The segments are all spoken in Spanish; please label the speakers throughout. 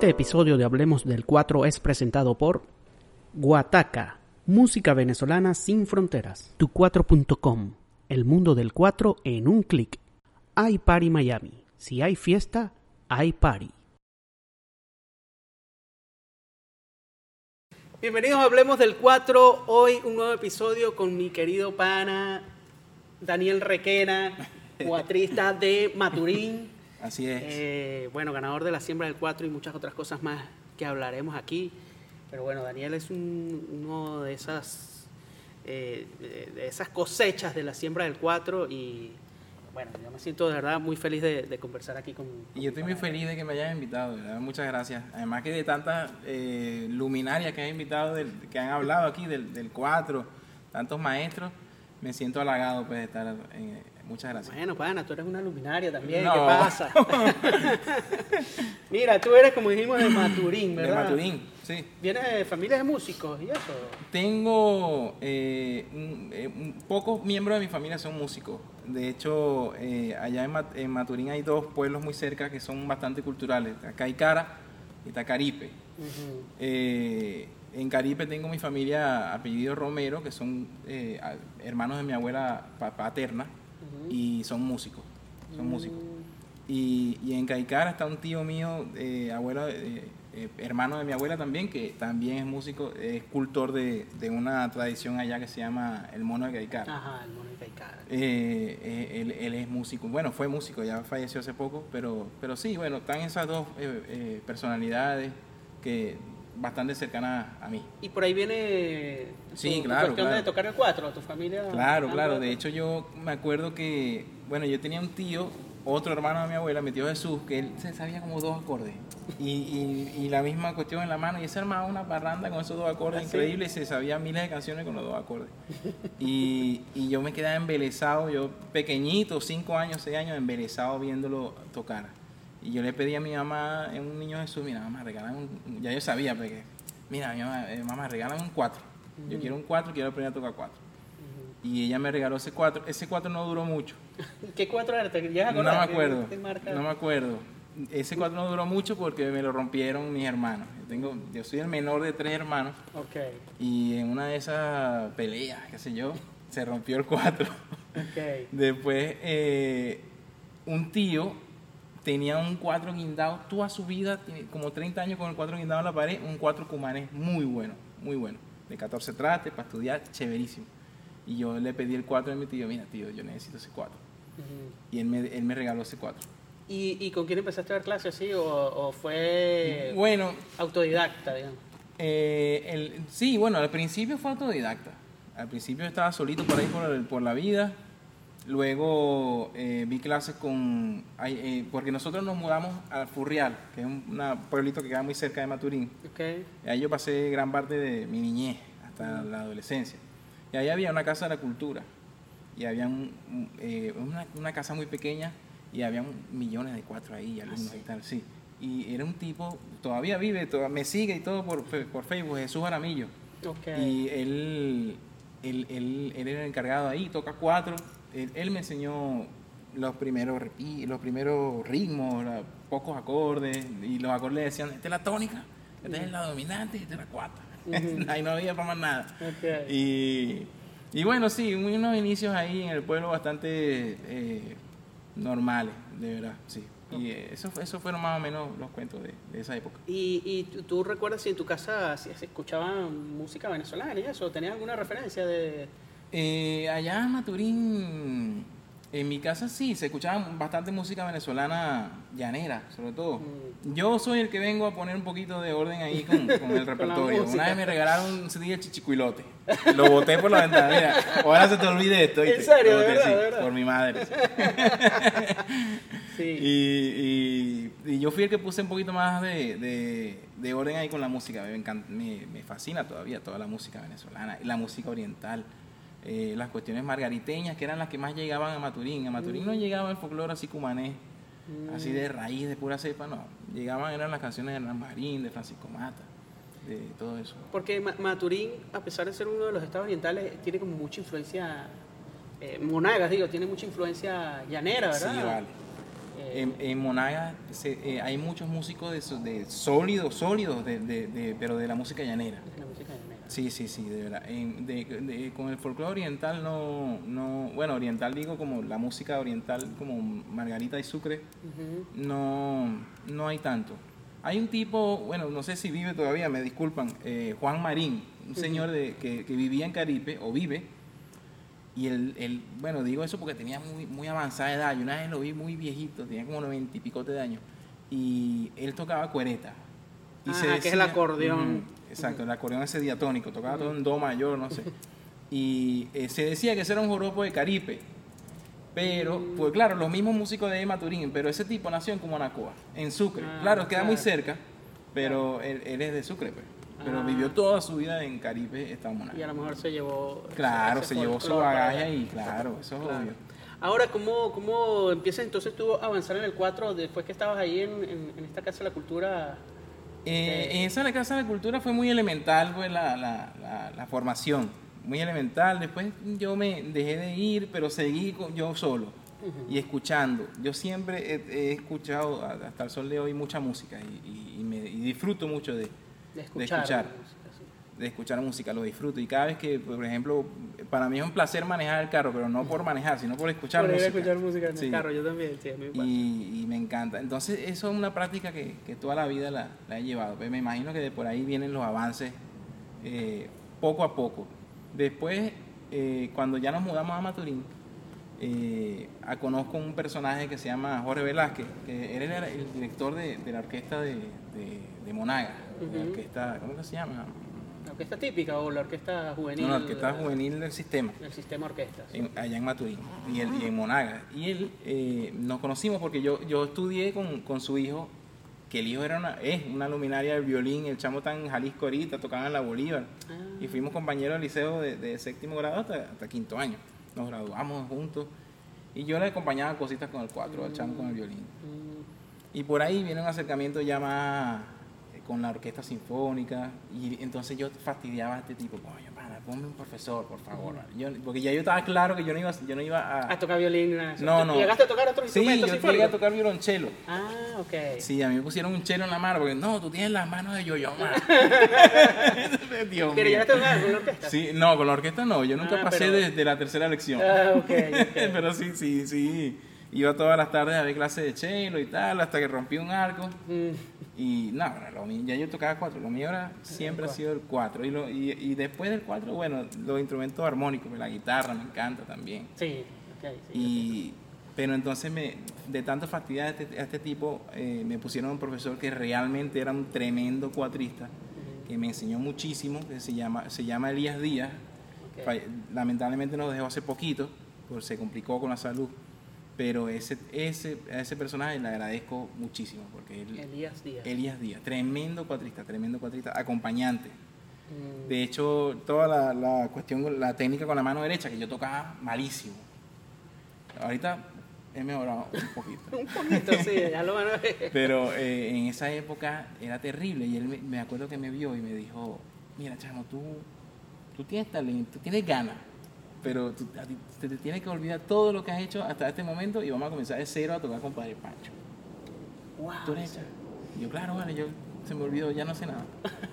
Speaker 1: Este episodio de Hablemos del 4 es presentado por Guataca, música venezolana sin fronteras. Tu4.com, el mundo del 4 en un clic. iParty Miami, si hay fiesta, hay party. Bienvenidos a Hablemos del 4, hoy un nuevo episodio con mi querido pana Daniel Requena, cuatrista de Maturín.
Speaker 2: Así es.
Speaker 1: Bueno, ganador de la siembra del 4 y muchas otras cosas más que hablaremos aquí. Pero bueno, Daniel es uno de esas cosechas de la siembra del 4 y bueno, yo me siento de verdad muy feliz de conversar aquí con
Speaker 2: Y yo estoy muy feliz de que me hayas invitado, de verdad, muchas gracias. Además que de tantas luminarias que has invitado, que han hablado aquí del 4, tantos maestros, me siento halagado pues, de estar muchas gracias.
Speaker 1: Bueno, pana, tú eres una luminaria también,
Speaker 2: no.
Speaker 1: ¿Qué pasa? Mira, tú eres, como dijimos, de Maturín, ¿verdad?
Speaker 2: De Maturín, sí.
Speaker 1: ¿Vienes de familia de músicos y eso?
Speaker 2: Tengo pocos miembros de mi familia son músicos. De hecho, allá en Maturín hay dos pueblos muy cerca que son bastante culturales, Caicara y Tacaripe. Uh-huh. En Caripe tengo mi familia apellido Romero, que son hermanos de mi abuela paterna, uh-huh, y son músicos. Y en Caicara está un tío mío, hermano de mi abuela también, que también es músico, es cultor de una tradición allá que se llama el Mono de Caicara.
Speaker 1: Ajá, el Mono de Caicara.
Speaker 2: Él es músico, bueno, fue músico, ya falleció hace poco, pero sí, bueno, están esas dos personalidades que bastante cercanas a mí.
Speaker 1: ¿Y por ahí viene
Speaker 2: sí,
Speaker 1: tu
Speaker 2: claro,
Speaker 1: cuestión
Speaker 2: claro.
Speaker 1: de tocar el 4, tu familia?
Speaker 2: Claro, de hecho yo me acuerdo que, bueno, yo tenía un tío, otro hermano de mi abuela, mi tío Jesús, que él se sabía como 2 acordes y la misma cuestión en la mano, y él se armaba una parranda con esos 2 acordes increíbles, y se sabía miles de canciones con los 2 acordes. Y yo me quedaba embelesado, yo pequeñito, 5 años, 6 años, embelesado viéndolo tocar. Y yo le pedí a mi mamá, en un niño Jesús, mira, mamá, regálame ya yo sabía, porque, mira, mamá, regálame un 4. Uh-huh. Yo quiero un 4, quiero aprender a tocar 4. Uh-huh. Y ella me regaló ese 4. Ese 4 no duró mucho.
Speaker 1: ¿Qué 4 era?
Speaker 2: No me acuerdo. Ese 4 no duró mucho porque me lo rompieron mis hermanos. Yo soy el menor de 3 hermanos.
Speaker 1: Okay.
Speaker 2: Y en una de esas peleas, qué sé yo, se rompió el 4.
Speaker 1: Okay.
Speaker 2: Después, un tío tenía un 4 guindado toda su vida, como 30 años con el 4 guindado en la pared, un 4 cumanés muy bueno, de 14 trastes para estudiar, chéverísimo. Y yo le pedí el 4 de mi tío, mira tío, yo necesito ese 4. Uh-huh. Y él me regaló ese 4.
Speaker 1: ¿Y con quién empezaste a dar clases así o fue autodidacta, digamos?
Speaker 2: Sí, bueno, al principio fue autodidacta. Al principio estaba solito por ahí por la vida. Luego vi clases porque nosotros nos mudamos a Furrial, que es un pueblito que queda muy cerca de Maturín.
Speaker 1: Okay.
Speaker 2: Ahí yo pasé gran parte de mi niñez hasta la adolescencia. Y ahí había una casa de la cultura. Y había una casa muy pequeña y había millones de 4 ahí, alumnos y tal, sí. Y era un tipo, todavía vive, me sigue y todo por Facebook, Jesús Aramillo.
Speaker 1: Okay.
Speaker 2: Y él era el encargado ahí, toca 4. Él me enseñó los primeros ritmos, pocos acordes, y los acordes decían, esta es la tónica, esta es la dominante, esta es la cuarta. Uh-huh. Ahí no había para más nada. Okay. Y bueno, sí, unos inicios ahí en el pueblo bastante normales, de verdad, sí. Y eso fueron más o menos los cuentos de esa época.
Speaker 1: ¿Y tú recuerdas si en tu casa se escuchaba música venezolana y eso? ¿Tenías alguna referencia de...?
Speaker 2: Allá en Maturín, en mi casa sí, se escuchaba bastante música venezolana llanera, sobre todo. Yo soy el que vengo a poner un poquito de orden ahí con el repertorio. Una vez me regalaron un CD de Chichicuilote. Lo boté por la ventana. Mira, ahora se te olvide esto. ¿Viste?
Speaker 1: ¿En serio?
Speaker 2: ¿De
Speaker 1: verdad,
Speaker 2: sí,
Speaker 1: verdad?
Speaker 2: por mi madre. Sí. Y yo fui el que puse un poquito más de orden ahí con la música. Me fascina todavía toda la música venezolana y la música oriental. Las cuestiones margariteñas, que eran las que más llegaban a Maturín. A Maturín no llegaba el folclore así cumanés, así de raíz, de pura cepa, no. Eran las canciones de Hernán Marín, de Francisco Mata, de todo eso.
Speaker 1: Porque Maturín, a pesar de ser uno de los estados orientales, tiene como mucha influencia, Monagas, tiene mucha influencia llanera, ¿verdad?
Speaker 2: Sí, vale. En Monagas hay muchos músicos de sólidos, pero de la música llanera.
Speaker 1: La música llanera.
Speaker 2: Sí, de verdad. Con el folclore oriental bueno, oriental digo como la música oriental, como Margarita y Sucre, no hay tanto. Hay un tipo, bueno, no sé si vive todavía, me disculpan, Juan Marín, un señor que vivía en Caripe, o vive, y él, bueno, digo eso porque tenía muy avanzada edad. Yo una vez lo vi muy viejito, tenía como 90 y pico de años, y él tocaba cuereta. Y se decía,
Speaker 1: que es el acordeón.
Speaker 2: Exacto, el acordeón ese diatónico, tocaba todo en do mayor, no sé. Y se decía que ese era un joropo de Caripe. Pero, pues claro, los mismos músicos de Maturín, pero ese tipo nació en Cumanacoa, en Sucre. Claro, queda muy cerca, pero él es de Sucre, pues. Pero vivió toda su vida en Caripe, estaba en Monagas.
Speaker 1: Y a lo mejor se llevó...
Speaker 2: Claro, se llevó su bagaje y claro, eso es obvio.
Speaker 1: Ahora, ¿cómo empiezas entonces tú a avanzar en el 4 después que estabas ahí en esta Casa de la Cultura?
Speaker 2: En esa Casa de la Cultura fue muy elemental, pues, la formación, muy elemental. Después yo me dejé de ir, pero seguí yo solo y escuchando. Yo siempre he escuchado hasta el sol de hoy mucha música y disfruto mucho de escuchar música, lo disfruto. Y cada vez que, por ejemplo, para mí es un placer manejar el carro, pero no por manejar, sino por escuchar música.
Speaker 1: Por escuchar música en el carro, yo también, sí, a mí me pasa.
Speaker 2: Y me encanta. Entonces, eso es una práctica que toda la vida la he llevado. Pues me imagino que de por ahí vienen los avances poco a poco. Después, cuando ya nos mudamos a Maturín, conozco un personaje que se llama Jorge Velázquez, que él era el director de la orquesta de Monagas, la orquesta, ¿cómo que se llama?
Speaker 1: ¿La orquesta típica o la orquesta juvenil?
Speaker 2: No, la orquesta juvenil del sistema.
Speaker 1: El sistema orquesta. Sí.
Speaker 2: Allá en Maturín y en Monagas. Y él, nos conocimos porque yo estudié con su hijo, que el hijo es una luminaria del violín. El chamo está en Jalisco ahorita, tocaba en la Bolívar. Y fuimos compañeros del liceo de séptimo grado hasta quinto año. Nos graduamos juntos. Y yo le acompañaba cositas con el 4, al chamo con el violín. Y por ahí viene un acercamiento ya más con la orquesta sinfónica, y entonces yo fastidiaba a este tipo, coño, pana, ponme un profesor, por favor. Porque ya yo estaba claro que yo no iba a
Speaker 1: tocar violín.
Speaker 2: No.
Speaker 1: ¿Llegaste a tocar otros instrumentos?
Speaker 2: Sí, yo llegué a tocar violonchelo.
Speaker 1: Ok.
Speaker 2: Sí, a mí me pusieron un chelo en la mano, porque no, tú tienes las manos de yo-yo, man. Dios mío.
Speaker 1: ¿Pero llegaste a tocar con la orquesta?
Speaker 2: Sí, no, con la orquesta no, yo nunca pasé desde la tercera lección.
Speaker 1: Okay.
Speaker 2: Pero sí. Iba todas las tardes a ver clases de chelo y tal, hasta que rompí un arco. Y no, ya yo tocaba 4, lo mío siempre ha sido el 4. Y después del 4, bueno, los instrumentos armónicos, la guitarra me encanta también.
Speaker 1: Sí, sí.
Speaker 2: Pero entonces, de tanto fastidiar a este tipo, me pusieron un profesor que realmente era un tremendo cuatrista, que me enseñó muchísimo, que se llama Elías Díaz. Lamentablemente nos dejó hace poquito, porque se complicó con la salud. Pero a ese personaje le agradezco muchísimo, porque Elías Díaz, tremendo cuatrista, acompañante. De hecho, toda la cuestión, la técnica con la mano derecha, que yo tocaba malísimo. Ahorita he mejorado un poquito.
Speaker 1: Un poquito, sí, ya lo van a ver.
Speaker 2: Pero en esa época era terrible, y él me acuerdo que me vio y me dijo, mira, chamo, tú tienes talento, tú tienes ganas, pero te tienes que olvidar todo lo que has hecho hasta este momento y vamos a comenzar de cero a tocar con Padre Pancho.
Speaker 1: Wow.
Speaker 2: ¿Tú eres hecha? Yo, claro, vale, se me olvidó, ya no sé nada.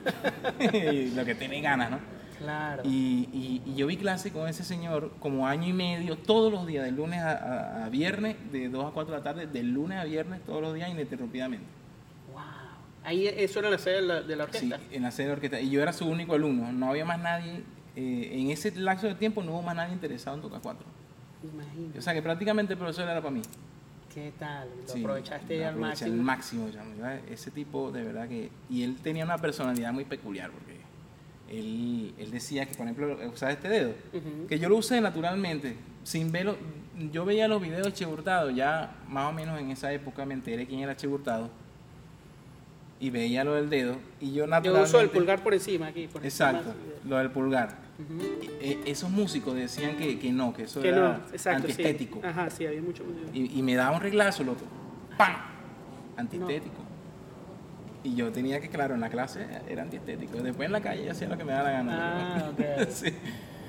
Speaker 2: Lo que tiene ganas, ¿no?
Speaker 1: Claro.
Speaker 2: Y yo vi clase con ese señor como año y medio, todos los días, de lunes a viernes, de 2 a 4 de la tarde, de lunes a viernes, todos los días, ininterrumpidamente.
Speaker 1: Wow. Ahí, ¿eso era la sede de la orquesta?
Speaker 2: Sí, en la sede de la orquesta. Y yo era su único alumno, no había más nadie. En ese lapso de tiempo no hubo más nadie interesado en tocar 4.
Speaker 1: Imagínate.
Speaker 2: O sea que prácticamente el profesor era para mí.
Speaker 1: ¿Qué tal? Lo aprovechaste al máximo.
Speaker 2: Al máximo, ese tipo de verdad que... Y él tenía una personalidad muy peculiar, porque él decía que, por ejemplo, usaba este dedo, que yo lo usé naturalmente, sin verlo. Yo veía los videos de Che Hurtado, ya más o menos en esa época me enteré quién era Che Hurtado, y veía lo del dedo, y yo naturalmente...
Speaker 1: Yo uso el pulgar por encima aquí.
Speaker 2: Exacto, lo del pulgar. Esos músicos decían que eso era antiestético.
Speaker 1: Sí. Ajá, sí, había mucho.
Speaker 2: Y me daba un reglazo, loco. ¡Pam! Antiestético. No. Y yo tenía que, claro, en la clase era antiestético. Después en la calle hacía lo que me daba la gana.
Speaker 1: Ok.
Speaker 2: Sí.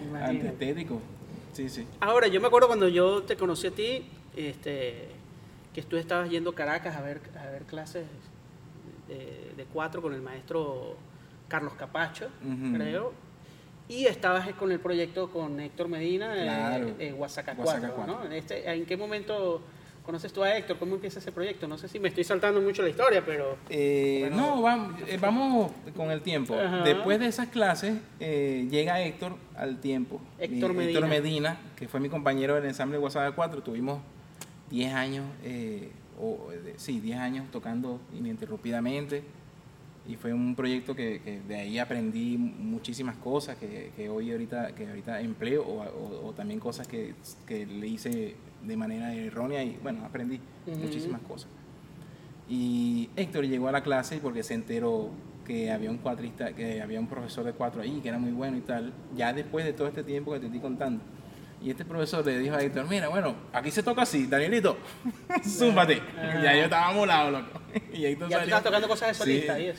Speaker 2: Antiestético. Sí.
Speaker 1: Ahora, yo me acuerdo cuando yo te conocí a ti, que tú estabas yendo a Caracas a ver clases de 4 con el maestro Carlos Capacho, creo, y estabas con el proyecto con Héctor Medina,
Speaker 2: Claro.
Speaker 1: Guasaca
Speaker 2: Guasaca
Speaker 1: 4, ¿no?
Speaker 2: 4.
Speaker 1: ¿En qué momento conoces tú a Héctor? ¿Cómo empieza ese proyecto? No sé si me estoy saltando mucho la historia, pero... bueno,
Speaker 2: No, vamos con el tiempo.
Speaker 1: Ajá.
Speaker 2: Después de esas clases, llega Héctor al tiempo.
Speaker 1: Héctor
Speaker 2: Medina, que fue mi compañero del ensamble Guasaca 4. Tuvimos 10 años, 10 años tocando ininterrumpidamente. Y fue un proyecto que de ahí aprendí muchísimas cosas que ahorita empleo, o también cosas que le hice de manera errónea, y bueno, aprendí muchísimas cosas. Y Héctor llegó a la clase porque se enteró que había un cuatrista, que había un profesor de 4 ahí que era muy bueno y tal, ya después de todo este tiempo que te estoy contando. Y este profesor le dijo a Héctor: mira, bueno, aquí se toca así, Danielito, zúmbate. Ya yo estaba molado, loco. Y Héctor
Speaker 1: ya tú estabas tocando cosas de solista
Speaker 2: Sí.
Speaker 1: y eso.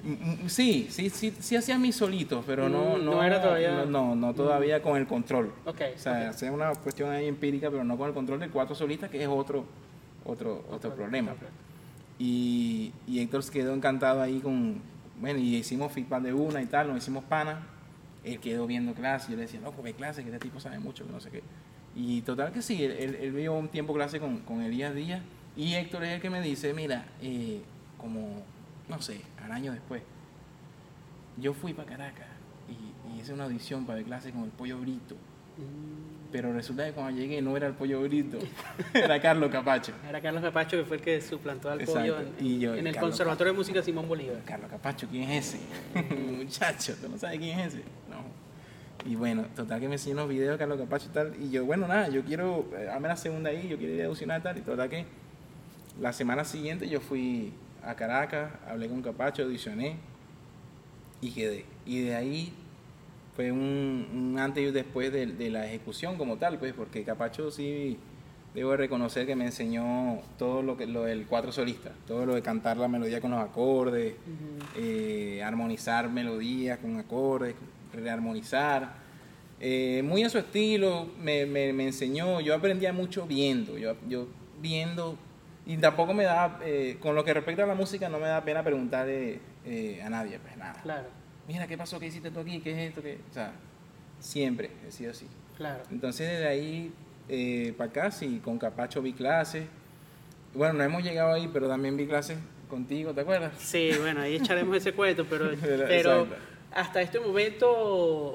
Speaker 2: Sí hacía mis solitos, pero no
Speaker 1: era todavía.
Speaker 2: No todavía con el control.
Speaker 1: Okay,
Speaker 2: O sea, hacía una cuestión ahí empírica, pero no con el control de 4 solistas, que es otro problema. Y Héctor se quedó encantado ahí bueno, y hicimos feedback de una y tal, nos hicimos panas. Él quedó viendo clases, yo le decía: loco, ve clase, que este tipo sabe mucho, que no sé qué. Y total que sí, él vio un tiempo clase con Elías Díaz, y Héctor es el que me dice: mira, como, no sé, al año después, yo fui para Caracas y hice una audición para ver clases con el Pollo Brito. Pero resulta que cuando llegué no era el Pollo Brito, era Carlos Capacho.
Speaker 1: Era Carlos Capacho, que fue el que suplantó al Pollo en el
Speaker 2: Carlos
Speaker 1: Conservatorio de Música Simón Bolívar.
Speaker 2: Carlos Capacho, ¿quién es ese? Muchacho, ¿tú no sabes quién es ese? No. Y bueno, total que me enseñó unos videos de Carlos Capacho y tal, y yo, bueno, nada, yo quiero, dame la segunda ahí, yo quiero ir a audicionar y tal, y total que la semana siguiente yo fui a Caracas, hablé con Capacho, audicioné y quedé. Y de ahí fue un antes y un después de la ejecución como tal, pues, porque Capacho sí, debo reconocer que me enseñó todo lo del 4 solista, todo lo de cantar la melodía con los acordes, armonizar melodías con acordes, rearmonizar, muy a su estilo. Me enseñó. Yo aprendía mucho viendo, yo viendo, y tampoco me da, con lo que respecta a la música, no me da pena preguntarle a nadie, pues nada.
Speaker 1: Claro.
Speaker 2: Mira, ¿qué pasó? ¿Qué hiciste tú aquí? ¿Qué es esto? O sea, siempre he sido así.
Speaker 1: Claro.
Speaker 2: Entonces, desde ahí para acá, sí, con Capacho vi clases. Bueno, no hemos llegado ahí, pero también vi clases contigo, ¿te acuerdas?
Speaker 1: Sí, bueno, ahí echaremos ese cuento, pero
Speaker 2: Exacto.
Speaker 1: hasta este momento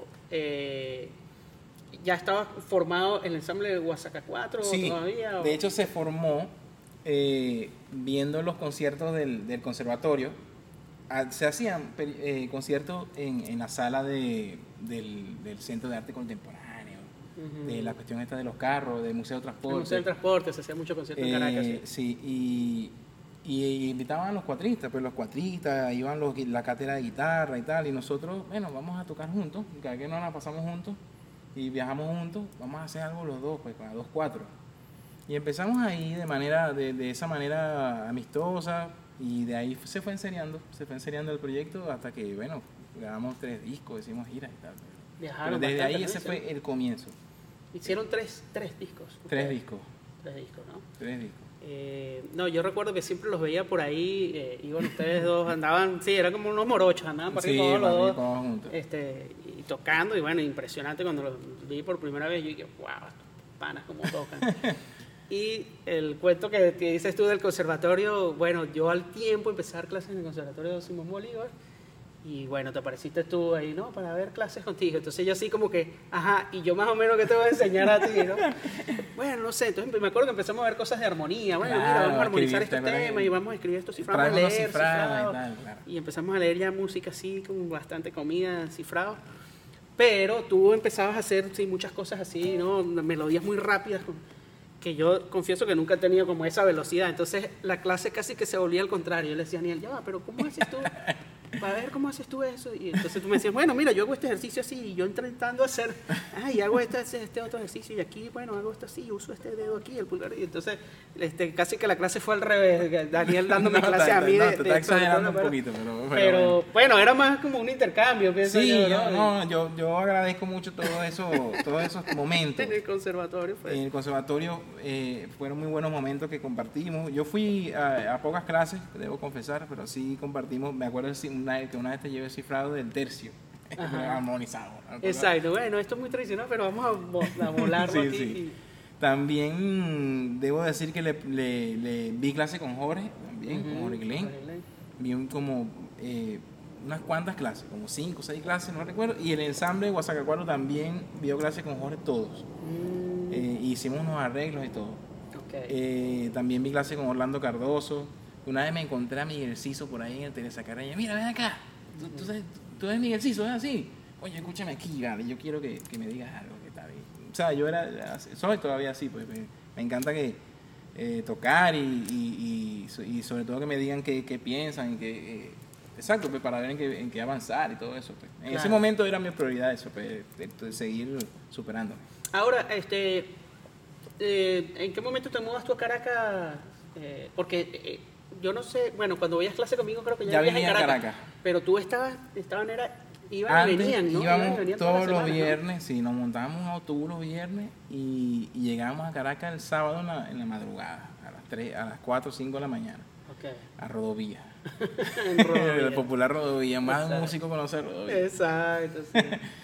Speaker 1: ya estaba formado el ensamble de Guasaca 4
Speaker 2: Sí,
Speaker 1: todavía.
Speaker 2: de hecho se formó viendo los conciertos del conservatorio. Se hacían conciertos en la sala del Centro de Arte Contemporáneo, de la cuestión esta de los carros, del Museo de Transporte.
Speaker 1: El Museo del Transporte, se hacía mucho concierto en Caracas.
Speaker 2: Sí, y invitaban a los cuatristas, pues los cuatristas, iban la cátedra de guitarra y tal, y nosotros, bueno, vamos a tocar juntos, cada vez que nos la pasamos juntos y viajamos juntos, vamos a hacer algo los dos, pues con 2-4. Y empezamos ahí de esa manera amistosa, y de ahí se fue enseriando el proyecto hasta que, bueno, grabamos 3 discos, hicimos giras y tal.
Speaker 1: Viajaron
Speaker 2: Pero desde
Speaker 1: bastante,
Speaker 2: ahí
Speaker 1: ¿no?
Speaker 2: ese fue el comienzo.
Speaker 1: Hicieron tres discos.
Speaker 2: 3 discos.
Speaker 1: 3 discos, ¿no?
Speaker 2: 3 discos.
Speaker 1: No, yo recuerdo que siempre los veía por ahí, y bueno, ustedes dos andaban, sí, eran como unos morochos, andaban por ahí todos los dos,
Speaker 2: juntos.
Speaker 1: y tocando, y bueno, impresionante cuando los vi por primera vez, yo dije, wow, estos panas como tocan. Y el cuento que dices tú del conservatorio, bueno, yo al tiempo empecé a dar clases en el conservatorio de Simón Bolívar, y bueno, te apareciste tú ahí, ¿no? Para ver clases contigo. Entonces yo así como que, ajá, y yo más o menos qué te voy a enseñar a ti, ¿no? Bueno, no sé, entonces me acuerdo que empezamos a ver cosas de armonía. Bueno,
Speaker 2: Claro,
Speaker 1: mira, vamos a armonizar
Speaker 2: escribir,
Speaker 1: estos temas y vamos a escribir estos cifrados,
Speaker 2: traemos los
Speaker 1: leer
Speaker 2: cifrados
Speaker 1: cifrados.
Speaker 2: y tal, claro.
Speaker 1: Y empezamos a leer ya música así, con bastante comida, cifrados. Pero tú empezabas a hacer, sí, muchas cosas así, ¿no? Melodías muy rápidas, que yo confieso que nunca he tenido como esa velocidad. Entonces la clase casi que se volvía al contrario. Yo le decía a Daniel, ya va, pero ¿cómo haces tú? para ver cómo haces tú eso. Y entonces tú me decías, bueno, mira, yo hago este ejercicio así, y yo intentando hacer, y hago este otro ejercicio, y aquí, bueno, hago esto así, uso este dedo aquí, el pulgar, y entonces casi que la clase fue al revés, Daniel dándome clase a mí.
Speaker 2: Te está exagerando un poquito,
Speaker 1: pero bueno, era más como un intercambio, pienso
Speaker 2: sí,
Speaker 1: yo.
Speaker 2: yo agradezco mucho todos esos momentos.
Speaker 1: En el conservatorio
Speaker 2: En el conservatorio fueron muy buenos momentos que compartimos. Yo fui a pocas clases, debo confesar, pero sí compartimos. Me acuerdo que una vez te llevé cifrado del tercio, armonizado.
Speaker 1: Exacto, bueno, esto es muy tradicional, pero vamos a volarlo
Speaker 2: sí,
Speaker 1: aquí.
Speaker 2: Sí. También debo decir que le vi clase con Jorge, también, con Jorge Glenn. Vi como unas cuantas clases, como 5 o 6 clases, no recuerdo. Y el ensamble de Guasacacuaro también vio clase con Jorge todos. Hicimos unos arreglos y todo. Okay. También vi clase con Orlando Cardoso. Una vez me encontré a Miguel Ciso por ahí en el Teresa Carreño. Mira, ven acá. Tú eres Miguel Ciso, ¿es así? Oye, escúchame aquí, vale. Yo quiero que me digas algo que está bien. O sea, soy todavía así, pues. Me encanta tocar y sobre todo que me digan qué piensan, exacto, pues, para ver en qué avanzar y todo eso. Pues. En ese momento era mi prioridad eso, pues, seguir superándome.
Speaker 1: Ahora, ¿en qué momento te mudas tú a Caracas? Porque yo no sé, bueno, cuando veías clase conmigo creo que ya
Speaker 2: venía
Speaker 1: en Caracas. Pero tú iban y venían, ¿no?
Speaker 2: Íbamos todos los viernes, ¿no? Sí, nos montábamos un autobús los viernes y llegábamos a Caracas el sábado en la madrugada, a las 4 o 5 de la mañana. Okay. A Rodovía. El popular Rodovía, más un músico conoce Rodovía.
Speaker 1: Exacto, sí.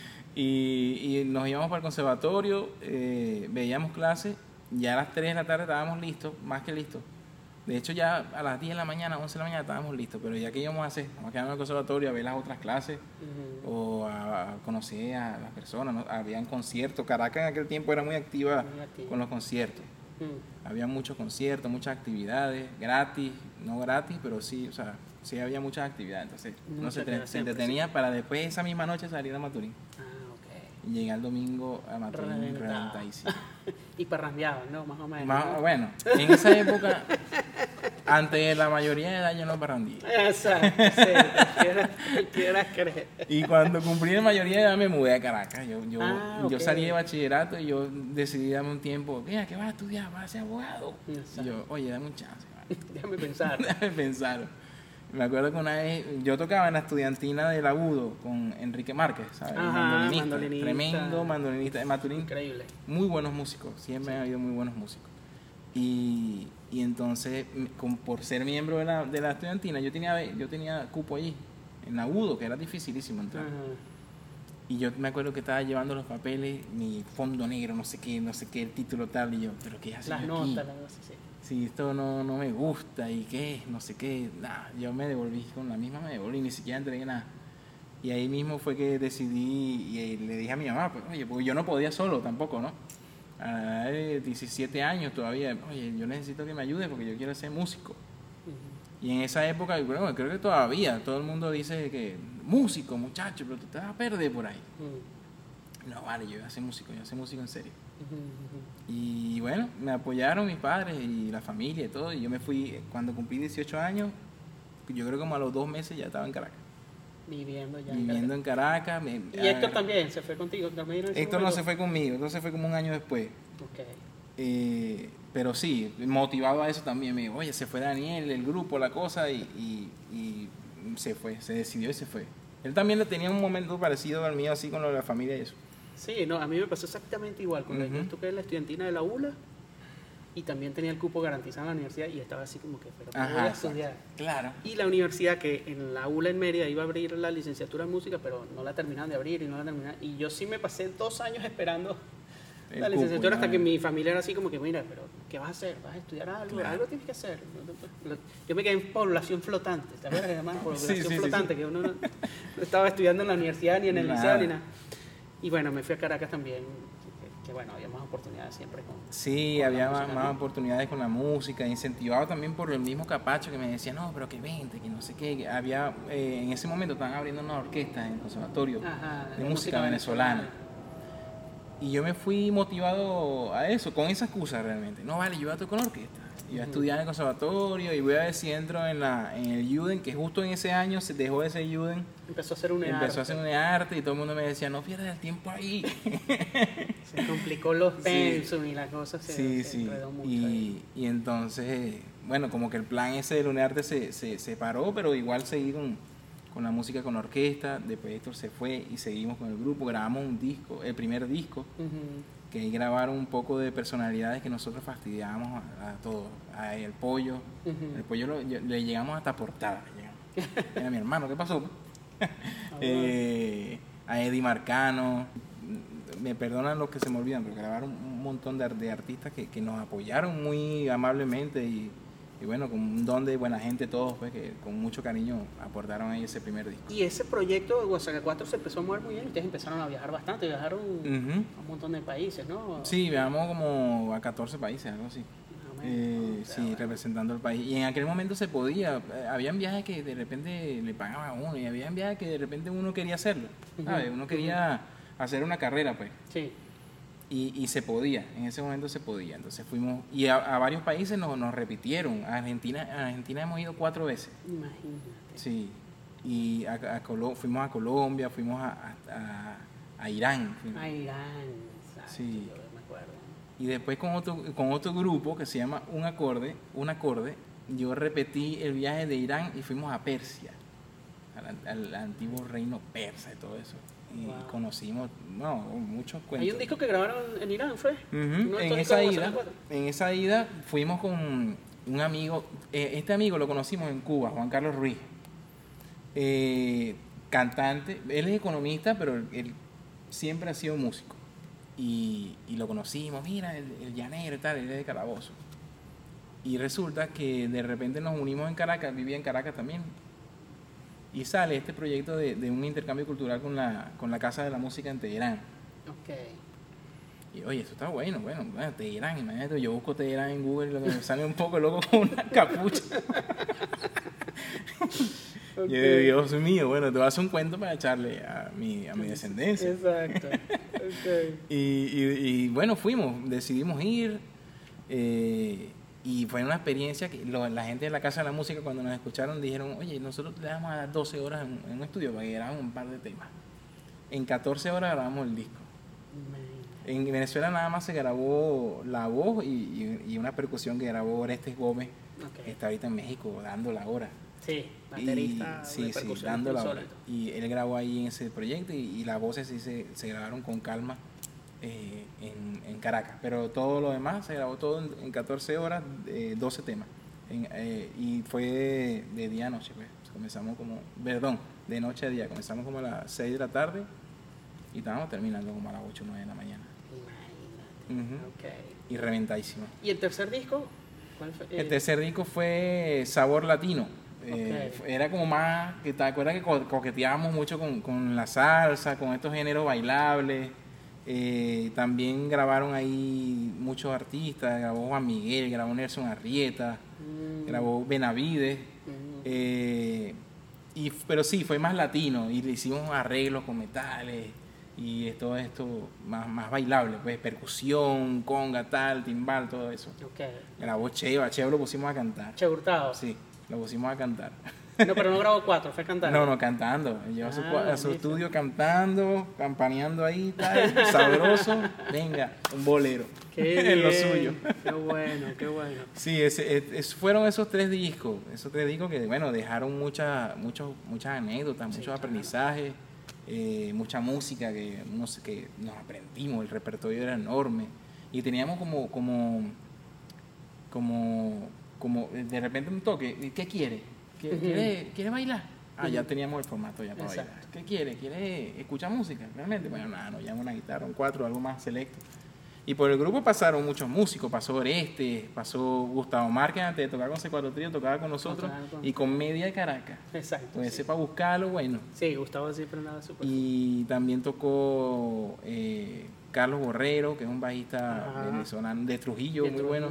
Speaker 2: y nos íbamos para el conservatorio, veíamos clases, ya a las 3 de la tarde estábamos listos, más que listos. De hecho, ya a las 10 de la mañana, 11 de la mañana estábamos listos, pero ya que íbamos a hacer, nos quedamos en el conservatorio a ver las otras clases o a conocer a las personas, ¿no? Habían conciertos. Caracas en aquel tiempo era muy activa con los conciertos. Había muchos conciertos, muchas actividades, gratis, no gratis, pero sí, o sea, sí había muchas actividades. Entonces, uno se entretenía para después esa misma noche salir a Maturín. Y llegué el domingo a Maturín reventadísimo.
Speaker 1: Y parrandeaban, ¿no? Más o menos.
Speaker 2: Bueno, en esa época, antes la mayoría de edad yo no parrandeé.
Speaker 1: Exacto, sí, quieras creer.
Speaker 2: Y cuando cumplí la mayoría de edad me mudé a Caracas. Yo salí de bachillerato y yo decidí darme un tiempo. Mira, ¿qué vas a estudiar? ¿Vas a ser abogado? Exacto. Y yo, oye, dame un chance.
Speaker 1: Déjame pensar.
Speaker 2: Déjame pensar. Me acuerdo que una vez yo tocaba en la estudiantina del Agudo con Enrique Márquez, ¿sabes? Mandolinista. Tremendo mandolinista de Maturín.
Speaker 1: Increíble.
Speaker 2: Muy buenos músicos, siempre ha habido muy buenos músicos. Y entonces, por ser miembro de la estudiantina, yo tenía cupo allí, en Agudo, que era dificilísimo entrar. Y yo me acuerdo que estaba llevando los papeles, mi fondo negro, no sé qué, el título tal, y yo, ¿pero qué haces aquí?
Speaker 1: Las notas, sí.
Speaker 2: Si esto no me gusta y qué, no sé qué, nada, yo me devolví, ni siquiera entregué nada. Y ahí mismo fue que decidí y le dije a mi mamá, pues, oye, porque yo no podía solo tampoco, ¿no? A la edad de 17 años todavía, oye, yo necesito que me ayude porque yo quiero ser músico. Y en esa época, bueno, creo que todavía todo el mundo dice que músico, muchacho, pero tú te vas a perder por ahí. No, vale, yo voy a ser músico en serio. Y bueno, me apoyaron mis padres y la familia y todo, y yo me fui cuando cumplí 18 años, yo creo que como a los 2 meses ya estaba en Caracas.
Speaker 1: Viviendo
Speaker 2: en Caracas.
Speaker 1: ¿Y Héctor también se fue contigo?
Speaker 2: Héctor no se fue conmigo, entonces fue como un año después.
Speaker 1: Okay.
Speaker 2: Pero sí, motivado a eso también, me dijo, oye, se fue Daniel, el grupo, la cosa, y se fue, se decidió y se fue. Él también tenía un momento parecido al mío, así con lo de la familia y eso.
Speaker 1: Sí, no, a mí me pasó exactamente igual. Cuando yo toqué en la estudiantina de la ULA y también tenía el cupo garantizado en la universidad y estaba así como que, pero ¿cómo voy a estudiar?
Speaker 2: Claro.
Speaker 1: Y la universidad, que en la ULA en Mérida iba a abrir la licenciatura en música, pero no la terminaron de abrir y yo sí me pasé 2 años esperando la licenciatura hasta que mi familia era así como que, mira, pero ¿qué vas a hacer? ¿Vas a estudiar algo? Claro. Algo tienes que hacer. Yo me quedé en población flotante, ¿te acuerdas que llamaban población flotante? Sí. Que uno no estaba estudiando en la universidad ni en el liceo ni nada. Y bueno, me fui a Caracas también, que bueno, había más oportunidades siempre
Speaker 2: había más oportunidades con la música, incentivado también por el mismo Capacho que me decía, no, pero que vente, que no sé qué. Que había, en ese momento estaban abriendo una orquesta en el conservatorio de música venezolana. Y yo me fui motivado a eso, con esa excusa realmente. No, vale, yo voy a tocar con orquesta. Y voy a estudiar en el conservatorio y voy a ver si entro en el Juden, que justo en ese año se dejó de ser Juden.
Speaker 1: Empezó a hacer un
Speaker 2: Empezó a hacer un arte y todo el mundo me decía, no pierdas el tiempo ahí.
Speaker 1: Se complicó los pensum y las cosas se enredó mucho.
Speaker 2: Y entonces, bueno, como que el plan ese del UNEARTE se paró, pero igual seguí con la música con orquesta. Después Héctor se fue y seguimos con el grupo. Grabamos un disco, el primer disco, que ahí grabaron un poco de personalidades que nosotros fastidiábamos a todos. A El Pollo. El Pollo le llegamos hasta portada. Era mi hermano, ¿qué pasó? A Eddie Marcano, me perdonan los que se me olvidan, pero grabaron un montón de artistas que nos apoyaron muy amablemente y bueno, con un don de buena gente todos, pues, que con mucho cariño aportaron ahí ese primer disco.
Speaker 1: Y ese proyecto de Guasaca 4 se empezó a mover muy bien, ustedes empezaron a viajar bastante, viajaron a un montón de países, ¿no?
Speaker 2: Sí, viajamos como a 14 países, algo así. Sí, representando el país. Y en aquel momento se podía. Habían viajes que de repente le pagaban a uno y habían viajes que de repente uno quería hacerlo. ¿Sabes? Uno quería hacer una carrera, pues.
Speaker 1: Sí.
Speaker 2: Y se podía, en ese momento se podía. Entonces fuimos, y a varios países nos repitieron. A Argentina hemos ido 4 veces.
Speaker 1: Imagínate.
Speaker 2: Sí. Y fuimos a Colombia, fuimos a Irán.
Speaker 1: A Irán, exacto,
Speaker 2: sí.
Speaker 1: Yo me acuerdo.
Speaker 2: Y después con otro grupo que se llama Un Acorde, yo repetí el viaje de Irán y fuimos a Persia, al antiguo reino persa y todo eso. Y conocimos muchos cuentos.
Speaker 1: Hay un disco que grabaron en Irán, ¿fue?
Speaker 2: En esa ida fuimos con un amigo, este amigo lo conocimos en Cuba, Juan Carlos Ruiz, cantante, él es economista, pero él siempre ha sido músico. Y lo conocimos, mira, el llanero y tal, él es de Calabozo. Y resulta que de repente nos unimos en Caracas, vivía en Caracas también. Y sale este proyecto de un intercambio cultural con la Casa de la Música en Teherán. Y oye, eso está bueno, Teherán, imagínate, yo busco Teherán en Google y lo que me sale un poco loco con una capucha. Yo digo, Dios mío, bueno, te voy a hacer un cuento para echarle a mi descendencia.
Speaker 1: Exacto.
Speaker 2: Y bueno, decidimos ir. Y fue una experiencia que la gente de la Casa de la Música, cuando nos escucharon, dijeron, oye, nosotros le vamos a dar 12 horas en un estudio para que grabamos un par de temas. En 14 horas grabamos el disco. En Venezuela nada más se grabó la voz y una percusión que grabó Orestes Gómez, que está ahorita en México dando la hora.
Speaker 1: Sí, baterista.
Speaker 2: Sí, dando la hora. Y él grabó ahí en ese proyecto y las voces sí se grabaron con calma en Caracas. Pero todo lo demás se grabó todo en 14 horas, 12 temas. Y fue de día a noche, pues. Comenzamos de noche a día. Comenzamos como a las 6 de la tarde y estábamos terminando como a las 8 o 9 de la mañana. Y reventadísimo.
Speaker 1: ¿Y el tercer disco? ¿Cuál fue?
Speaker 2: El tercer disco fue Sabor Latino. Era como más, que te acuerdas que coqueteábamos mucho con la salsa, con estos géneros bailables. También grabaron ahí muchos artistas, grabó Juan Miguel, grabó Nelson Arrieta, grabó Benavides, pero sí, fue más latino y le hicimos arreglos con metales y todo esto más bailable, pues percusión, conga, tal, timbal, todo eso. Grabó Cheo lo pusimos a cantar.
Speaker 1: Cheo Hurtado.
Speaker 2: Sí, lo pusimos a cantar.
Speaker 1: No, pero no grabó 4, fue cantando.
Speaker 2: No, cantando. Llevó a su estudio cantando, campaneando ahí, tal, sabroso. Venga, un bolero.
Speaker 1: Qué
Speaker 2: en lo suyo.
Speaker 1: Qué bueno.
Speaker 2: Sí, fueron esos 3 discos. Esos 3 discos que, bueno, dejaron muchas anécdotas, muchos aprendizajes, mucha música que nos aprendimos. El repertorio era enorme. Y teníamos como de repente un toque. ¿Qué quiere? ¿Quiere bailar? Ya teníamos el formato ya para bailar. ¿Qué quiere? ¿Quiere escuchar música? Realmente, bueno, no, ya una guitarra, un 4, algo más selecto. Y por el grupo pasaron muchos músicos, pasó Orestes, pasó Gustavo Márquez, antes de tocar con C4 Trío, tocaba con nosotros, y con Media de Caracas.
Speaker 1: Exacto.
Speaker 2: Pues ese para buscarlo, bueno.
Speaker 1: Sí, Gustavo siempre andaba súper.
Speaker 2: Y también tocó Carlos Borrero, que es un bajista venezolano de Trujillo, muy bueno.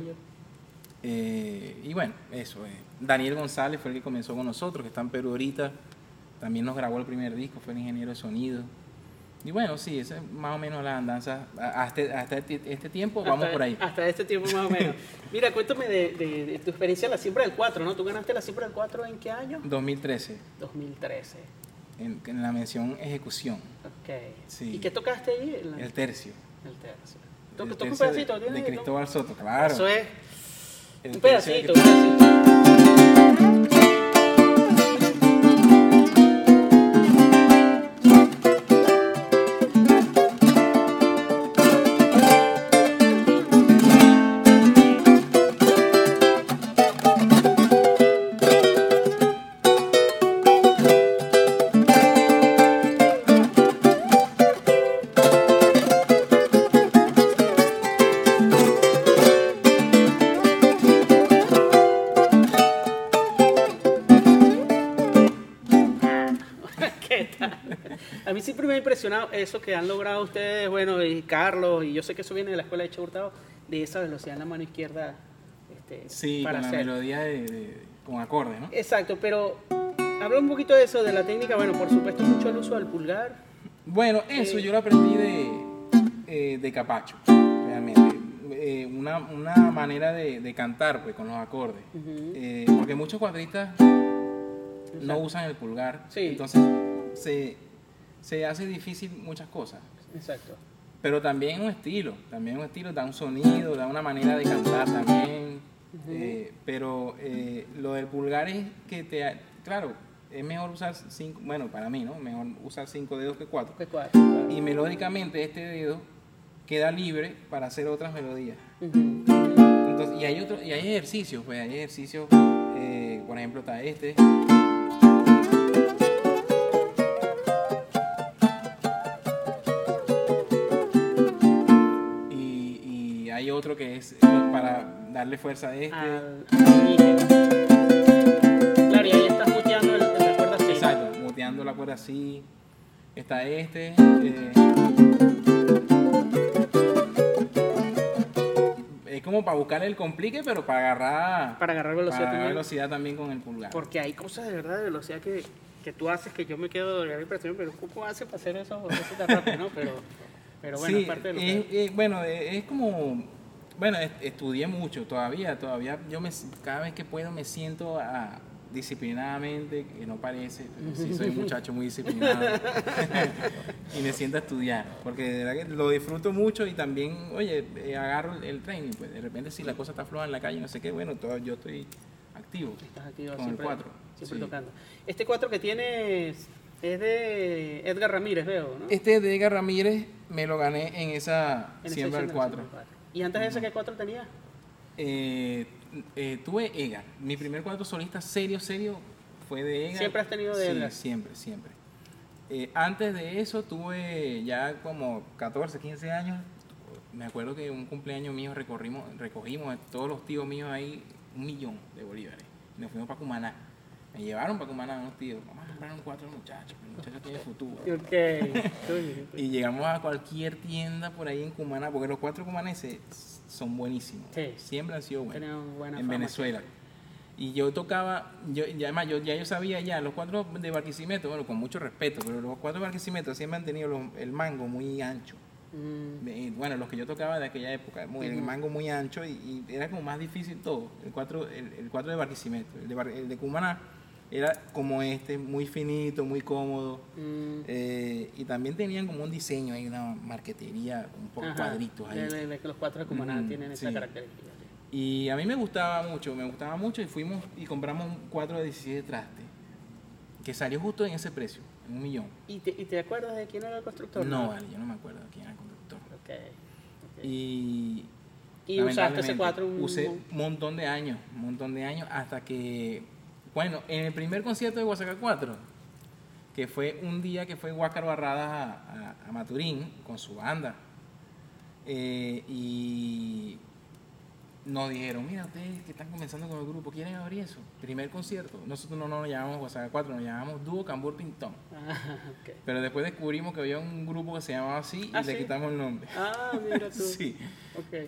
Speaker 2: Y bueno, eso. Daniel González fue el que comenzó con nosotros, que está en Perú ahorita. También nos grabó el primer disco, fue el ingeniero de sonido. Y bueno, sí, esa es más o menos la andanza. Hasta este tiempo vamos por ahí.
Speaker 1: Hasta este tiempo más o menos. Mira, cuéntame de tu experiencia en la Siembra del 4, ¿no? ¿Tú ganaste la Siembra del 4 en qué año?
Speaker 2: 2013,
Speaker 1: 2013.
Speaker 2: en la mención ejecución.
Speaker 1: Ok.
Speaker 2: Sí.
Speaker 1: ¿Y qué tocaste ahí?
Speaker 2: El tercio.
Speaker 1: El tercio.
Speaker 2: El
Speaker 1: ¿Toca un
Speaker 2: tercio
Speaker 1: pedacito?
Speaker 2: de
Speaker 1: ¿Tienes?
Speaker 2: Cristóbal Soto, claro.
Speaker 1: Eso es
Speaker 2: El
Speaker 1: un
Speaker 2: tercio de
Speaker 1: pedacito, un pedacito. ¿Qué tal? A mí siempre me ha impresionado eso que han logrado ustedes, bueno, y Carlos, y yo sé que eso viene de la escuela de Che Hurtado, de esa velocidad en la mano izquierda.
Speaker 2: Sí,
Speaker 1: para
Speaker 2: con la
Speaker 1: hacer.
Speaker 2: melodía con acordes, ¿no?
Speaker 1: Exacto, pero habla un poquito de eso, de la técnica, bueno, por supuesto mucho el uso del pulgar.
Speaker 2: Bueno, eso yo lo aprendí de Capacho, realmente. Una manera de cantar pues, con los acordes. Porque muchos cuadristas no usan el pulgar,
Speaker 1: Sí.
Speaker 2: entonces se hace difícil muchas cosas.
Speaker 1: Exacto.
Speaker 2: Pero también un estilo, da un sonido, da una manera de cantar también. Pero lo del pulgar es que claro, es mejor usar 5, bueno, para mí, ¿no? Mejor usar 5 dedos que 4.
Speaker 1: Claro.
Speaker 2: Y melódicamente este dedo queda libre para hacer otras melodías.
Speaker 1: Ujú.
Speaker 2: Entonces, y hay ejercicios, pues hay ejercicios, por ejemplo, está este. Y hay otro que es para darle fuerza a este.
Speaker 1: Al inicio. Claro, y ahí estás muteando la cuerda así.
Speaker 2: Exacto, muteando la cuerda así. Está este. Es como para buscarle el complique, pero para agarrar velocidad también con el pulgar.
Speaker 1: Porque hay cosas de verdad de velocidad que tú haces que yo me quedo de la impresión, pero ¿cómo hace para hacer eso tan rápido, no? Pero bueno,
Speaker 2: sí,
Speaker 1: es parte de lo que...
Speaker 2: bueno, es como... Bueno, estudié mucho todavía cada vez que puedo me siento disciplinadamente, que no parece, pero sí soy un muchacho muy disciplinado y me siento a estudiar, porque de verdad que lo disfruto mucho y también, oye, agarro el training, pues de repente si la cosa está floja en la calle, no sé qué, bueno, yo estoy activo.
Speaker 1: Estás activo
Speaker 2: con
Speaker 1: siempre,
Speaker 2: el 4.
Speaker 1: siempre
Speaker 2: Sí.
Speaker 1: tocando. Este 4 que tienes es de Edgar Ramírez, veo, ¿no?
Speaker 2: Este de Edgar Ramírez me lo gané en esa
Speaker 1: En ese
Speaker 2: Siembra del 4.
Speaker 1: Siembra del 4. ¿Y antes de ese qué 4 tenías?
Speaker 2: Tuve Edgar. Mi primer 4 solista serio fue de Edgar.
Speaker 1: ¿Siempre has tenido de Edgar?
Speaker 2: Sí, siempre. Antes de eso tuve ya como 14, 15 años. Me acuerdo que un cumpleaños mío recogimos todos los tíos míos ahí 1 millón de bolívares. Nos fuimos para Cumaná. Me llevaron para Cumaná unos tíos. Vamos a comprar un 4 muchachos. El muchacho tiene futuro.
Speaker 1: Ok.
Speaker 2: Y llegamos a cualquier tienda por ahí en Cumaná, porque los 4 cumaneses son buenísimos.
Speaker 1: Sí.
Speaker 2: Siempre han sido buenos.
Speaker 1: Tienen buena
Speaker 2: En
Speaker 1: fama.
Speaker 2: Venezuela. Y yo tocaba, además yo sabía ya, los 4 de Barquisimeto, bueno, con mucho respeto, pero los 4 de Barquisimeto siempre han tenido el mango muy ancho. Bueno, los que yo tocaba de aquella época, el mango muy ancho y era como más difícil todo. El 4 de Barquisimeto, el de Cumaná era como muy finito, muy cómodo. Y también tenían como un diseño ahí, una marquetería, un poco cuadritos ahí.
Speaker 1: Que los 4 de Cumaná tienen esa
Speaker 2: sí.
Speaker 1: característica. Sí.
Speaker 2: Y a mí me gustaba mucho y fuimos y compramos un 4 de 17 trastes, que salió justo en ese precio, en 1 millón.
Speaker 1: ¿Y te acuerdas de quién era el constructor?
Speaker 2: No, vale, yo no me acuerdo de quién era el conductor.
Speaker 1: Ok.
Speaker 2: Y
Speaker 1: usaste ese 4
Speaker 2: usé un montón de años, hasta que, bueno, en el primer concierto de Guasaca 4, que fue un día que fue Huáscar Barradas a Maturín con su banda, y nos dijeron, mira, ustedes que están comenzando con el grupo, ¿quieren abrir eso? Primer concierto. Nosotros no nos llamamos Guasaca 4, nos llamamos Dúo Cambur Pintón.
Speaker 1: Okay.
Speaker 2: Pero después descubrimos que había un grupo que se llamaba así y le quitamos el nombre.
Speaker 1: Mira tú.
Speaker 2: Sí.
Speaker 1: Okay.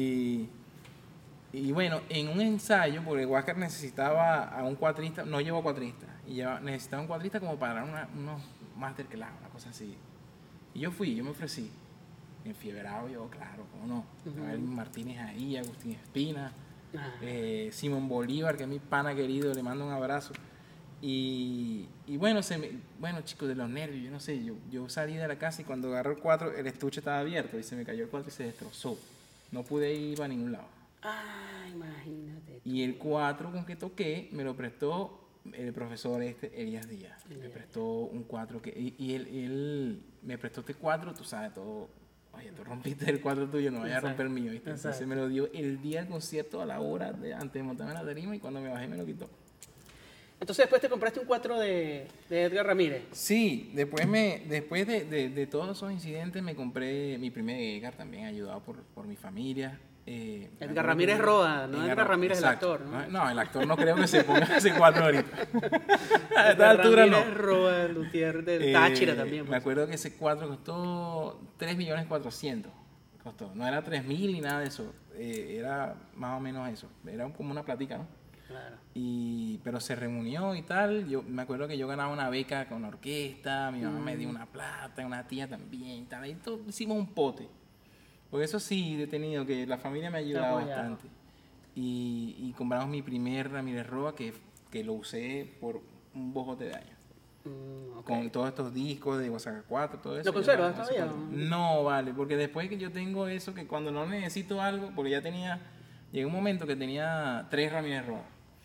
Speaker 2: Y bueno, en un ensayo, porque Huáscar necesitaba a un cuatrista, no llevó cuatrista, y necesitaba un cuatrista como para unos masterclass, una cosa así. Y yo me ofrecí. Enfiebrado yo, claro, cómo no. Estaba Elvin Martínez ahí, Agustín Espina, Simón Bolívar, que es mi pana querido, le mando un abrazo. Y bueno, bueno, chicos, de los nervios, yo no sé, yo salí de la casa y cuando agarré el 4, el estuche estaba abierto y se me cayó el 4 y se destrozó. No pude ir a ningún lado.
Speaker 1: Ah, imagínate.
Speaker 2: Y el 4 con que toqué me lo prestó el profesor Elías Díaz. Me prestó un 4 y él me prestó este 4, tú sabes, todo. Oye, tú rompiste el 4 tuyo, no vayas a romper el mío, ¿viste? Entonces me lo dio el día del concierto a la hora antes de montarme en la tarima y cuando me bajé me lo quitó.
Speaker 1: Entonces después te compraste un 4 de Edgar Ramírez.
Speaker 2: Sí, después de todos esos incidentes me compré mi primer Edgar también, ayudado por mi familia.
Speaker 1: Edgar Ramírez Roa, no Edgar Ramírez
Speaker 2: exacto.
Speaker 1: el actor, ¿no?
Speaker 2: No, el actor no creo que se ponga ese 4 ahorita. A esta
Speaker 1: Edgar
Speaker 2: altura
Speaker 1: Ramírez
Speaker 2: no.
Speaker 1: Roa, Luthier del Táchira también. Pues.
Speaker 2: Me acuerdo que ese 4 costó 3.400.000. Costó. No era 3.000 ni nada de eso. Era más o menos eso. Era como una platica, ¿no?
Speaker 1: Claro.
Speaker 2: Pero se reunió y tal. Yo me acuerdo que yo ganaba una beca con la orquesta. Mi mamá me dio una plata, una tía también. Tal. Y todo, hicimos un pote. Porque eso sí, he tenido que la familia me ha ayudado bastante. Y compramos mi primer Ramírez Roa que lo usé por un bojote de años. Con todos estos discos de Guasaca 4, todo eso.
Speaker 1: ¿Lo conservas todavía?
Speaker 2: No, vale, porque después que yo tengo eso, que cuando no necesito algo, porque ya llegó un momento que tenía 3 Ramírez Roa.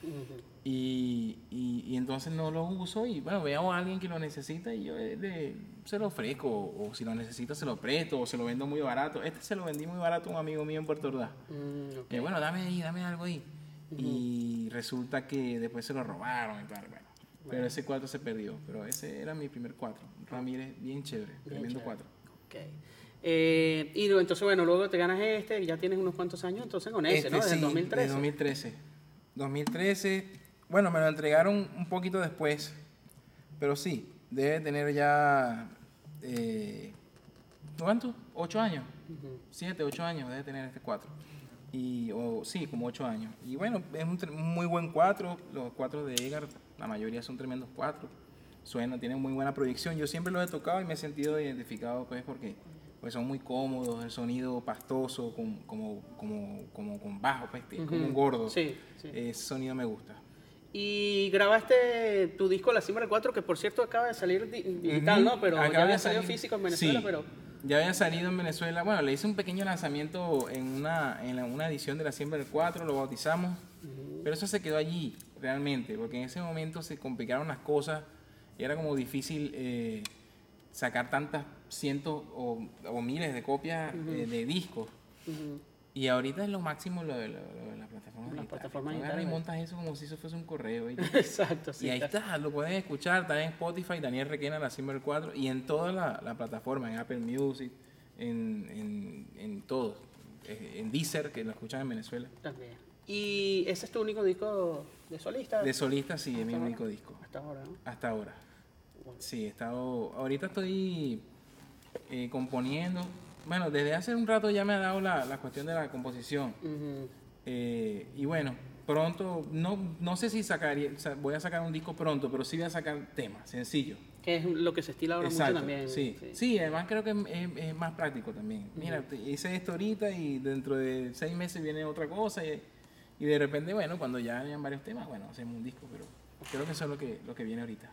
Speaker 2: Y entonces no los uso y bueno, veo a alguien que lo necesita y yo se lo ofrezco o si lo necesita se lo presto o se lo vendo muy barato. Se lo vendí muy barato a un amigo mío en Puerto Ordaz. Bueno, dame algo ahí. Y resulta que después se lo robaron y tal. Bueno, pero ese 4 se perdió, pero ese era mi primer 4. Ramírez, bien chévere, tremendo 4.
Speaker 1: Okay. Y entonces bueno, luego te ganas y ya tienes unos cuantos años entonces con ese, ¿no? Desde el 2013.
Speaker 2: Desde 2013. Bueno, me lo entregaron un poquito después, pero sí, debe tener ya, ¿cuánto? 8 años, 7, 8 años debe tener este 4, sí, como 8 años. Y bueno, es un muy buen 4, los 4 de Edgar, la mayoría son tremendos 4, tienen muy buena proyección, yo siempre los he tocado y me he sentido identificado pues porque son muy cómodos, el sonido pastoso, como con bajo, pues, como un gordo,
Speaker 1: sí.
Speaker 2: Ese sonido me gusta.
Speaker 1: Y grabaste tu disco La Cimbra 4, que por cierto acaba de salir digital, ¿no? Pero ya había salido físico en Venezuela,
Speaker 2: sí,
Speaker 1: pero...
Speaker 2: ya había salido en Venezuela. Bueno, le hice un pequeño lanzamiento en una edición de La Cimbra 4, lo bautizamos, pero eso se quedó allí, realmente, porque en ese momento se complicaron las cosas y era como difícil sacar tantas cientos o miles de copias de discos. Y ahorita es lo máximo lo de las plataformas digitales. Y montas eso como si eso fuese un correo.
Speaker 1: Exacto, sí.
Speaker 2: Y ahí está, lo pueden escuchar, está en Spotify, Daniel Requena, La Cimbra 4, y en toda la plataforma, en Apple Music, en todo. En Deezer, que lo escuchan en Venezuela.
Speaker 1: También. ¿Y ese es tu único disco de solista?
Speaker 2: De solista, sí, es mi único disco.
Speaker 1: Hasta ahora, ¿no?
Speaker 2: Hasta ahora. Bueno. Sí, ahorita estoy componiendo. Bueno, desde hace un rato ya me ha dado la cuestión de la composición. Y bueno, pronto, no sé si voy a sacar un disco pronto, pero sí voy a sacar temas sencillos.
Speaker 1: Que es lo que se estila ahora mucho también.
Speaker 2: Sí, además creo que es más práctico también. Mira, hice esto ahorita y dentro de 6 meses viene otra cosa y de repente, bueno, cuando ya hayan varios temas, bueno, hacemos un disco, pero creo que eso es lo que viene ahorita.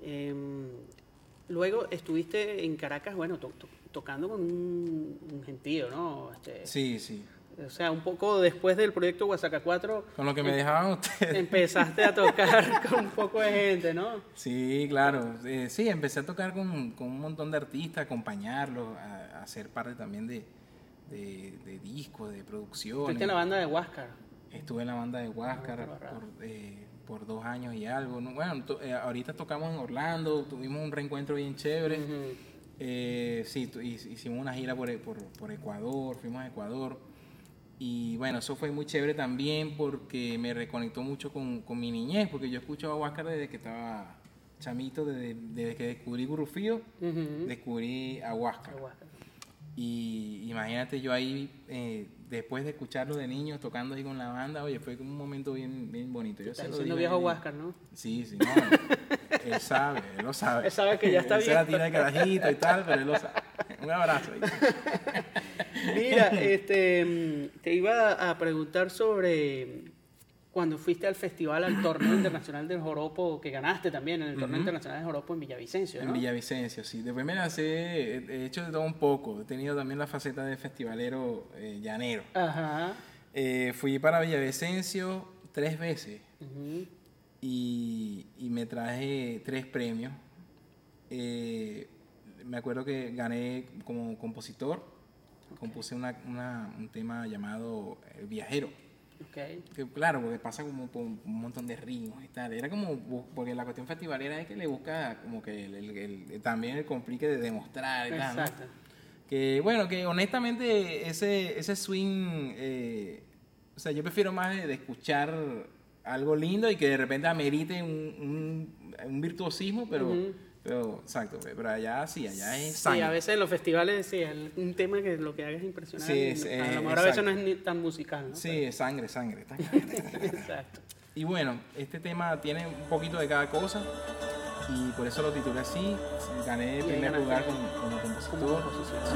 Speaker 1: Luego estuviste en Caracas, bueno, tocando con un gentío, ¿no?
Speaker 2: Sí.
Speaker 1: O sea, un poco después del proyecto Guasaca 4...
Speaker 2: Con lo que me dejaban ustedes.
Speaker 1: Empezaste a tocar con un poco de gente, ¿no?
Speaker 2: Sí, claro. Sí, empecé a tocar con un montón de artistas, acompañarlos, a ser parte también de discos, de producciones.
Speaker 1: ¿Estuviste en la banda de Huáscar?
Speaker 2: Estuve en la banda de Huáscar por 2 años y algo. Bueno, ahorita tocamos en Orlando, tuvimos un reencuentro bien chévere. Sí, hicimos una gira por Ecuador, fuimos a Ecuador. Y bueno, eso fue muy chévere también porque me reconectó mucho con mi niñez, porque yo escuchaba a Huáscar desde que estaba chamito, desde que descubrí Gurrufío, descubrí a Huáscar. Y imagínate yo ahí, después de escucharlo de niño, tocando ahí con la banda, oye, fue como un momento bien, bien bonito. Yo
Speaker 1: se lo digo viejo Huáscar, ¿no?
Speaker 2: Sí, no, él lo sabe.
Speaker 1: Él sabe que ya está bien.
Speaker 2: Se la tira de carajito y tal, pero él lo sabe. Un abrazo.
Speaker 1: Mira, te iba a preguntar sobre cuando fuiste al festival, al torneo internacional del joropo, que ganaste también en el torneo internacional del joropo en Villavicencio, ¿no?
Speaker 2: En Villavicencio, sí. Después me lancé, he hecho de todo un poco. He tenido también la faceta de festivalero llanero.
Speaker 1: Ajá.
Speaker 2: Fui para Villavicencio 3 veces
Speaker 1: Uh-huh.
Speaker 2: y me traje 3 premios. Me acuerdo que gané como compositor. Compuse un tema llamado El Viajero.
Speaker 1: Okay.
Speaker 2: Que, claro, porque pasa como por un montón de ritmos y tal. Era como, porque la cuestión festivalera es que le busca como que también el complique de demostrar y tal, ¿no?
Speaker 1: Exacto.
Speaker 2: Que bueno, que honestamente ese swing, o sea, yo prefiero más de escuchar algo lindo y que de repente amerite un virtuosismo, pero...
Speaker 1: Uh-huh.
Speaker 2: Pero, exacto, pero allá sí, allá es
Speaker 1: Sí,
Speaker 2: sangre.
Speaker 1: a veces en los festivales sí, es un tema que lo que haga es impresionante.
Speaker 2: Sí,
Speaker 1: a lo mejor a veces no es ni tan musical, ¿no?
Speaker 2: Sí, es sangre.
Speaker 1: Exacto.
Speaker 2: Y bueno, este tema tiene un poquito de cada cosa y por eso lo titulé así. Gané el primer lugar como compositor.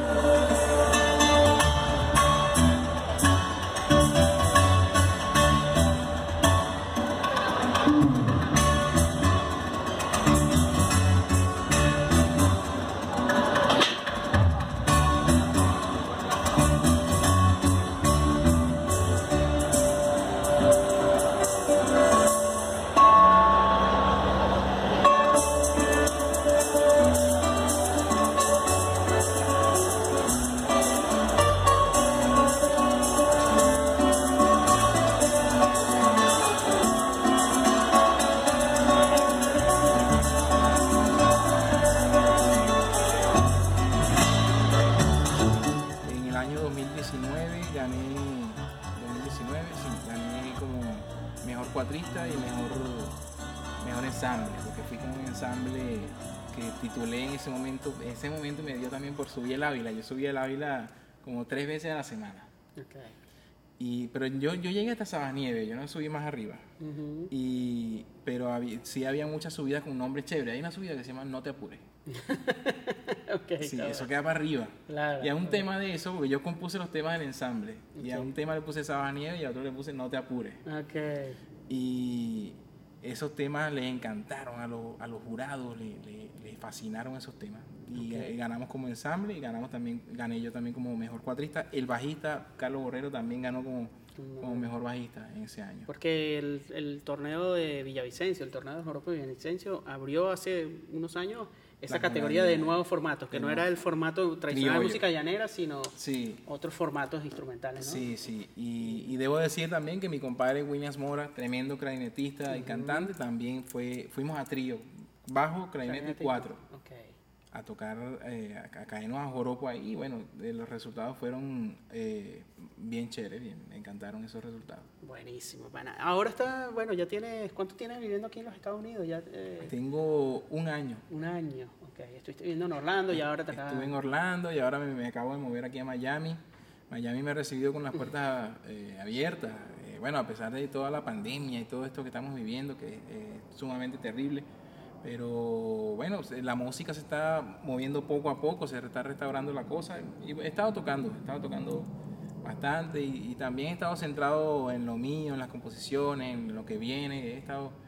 Speaker 2: En el año 2019 gané como mejor cuatrista y mejor ensamble, porque fui con un ensamble que titulé en ese momento. Ese momento me dio también por subir el Ávila. Yo subí el Ávila como 3 veces a la semana.
Speaker 1: Okay.
Speaker 2: Pero yo llegué hasta Sabanieve, yo no subí más arriba.
Speaker 1: Uh-huh.
Speaker 2: Pero sí había muchas subidas con un nombre chévere. Hay una subida que se llama No te apures.
Speaker 1: Okay,
Speaker 2: Sí,
Speaker 1: claro.
Speaker 2: eso queda para arriba.
Speaker 1: Claro,
Speaker 2: Y a un
Speaker 1: claro.
Speaker 2: tema de eso, porque yo compuse los temas del ensamble. Y a
Speaker 1: Ok.
Speaker 2: un tema le puse Sabanieve y a otro le puse No te apures.
Speaker 1: Okay.
Speaker 2: Y esos temas les encantaron a los jurados, les fascinaron esos temas. Y
Speaker 1: Ok.
Speaker 2: ganamos como ensamble y gané yo también como mejor cuatrista. El bajista, Carlos Borrero, también ganó como mejor bajista en ese año.
Speaker 1: Porque el torneo de Villavicencio, el torneo de joropo de Villavicencio, abrió hace unos años esa
Speaker 2: La
Speaker 1: categoría
Speaker 2: modalidad
Speaker 1: de nuevos formatos, que
Speaker 2: de
Speaker 1: no
Speaker 2: nuevo.
Speaker 1: era el formato tradicional de
Speaker 2: Criollo.
Speaker 1: música llanera, sino
Speaker 2: Sí,
Speaker 1: otros formatos instrumentales, ¿no?
Speaker 2: sí. Y debo decir también que mi compadre Williams Mora, tremendo clarinetista y cantante, también fuimos a trío, bajo, clarinete y 4,
Speaker 1: Okay.
Speaker 2: a tocar, a caernos a joropo ahí. Y bueno, los resultados fueron bien chéveres, me encantaron esos resultados.
Speaker 1: Buenísimo, pana. Ahora está, bueno, ya tienes, ¿cuánto tienes viviendo aquí en los Estados Unidos? Ya
Speaker 2: Tengo un año.
Speaker 1: un año, ok. Estuviste viviendo en Orlando y ahora te acabas...
Speaker 2: Estuve en Orlando y ahora me acabo de mover aquí a Miami. Miami me ha recibido con las puertas abiertas. Bueno, a pesar de toda la pandemia y todo esto que estamos viviendo, que es sumamente terrible. Pero bueno, la música se está moviendo poco a poco, se está restaurando la cosa. Y he estado tocando bastante y también he estado centrado en lo mío, en las composiciones, en lo que viene.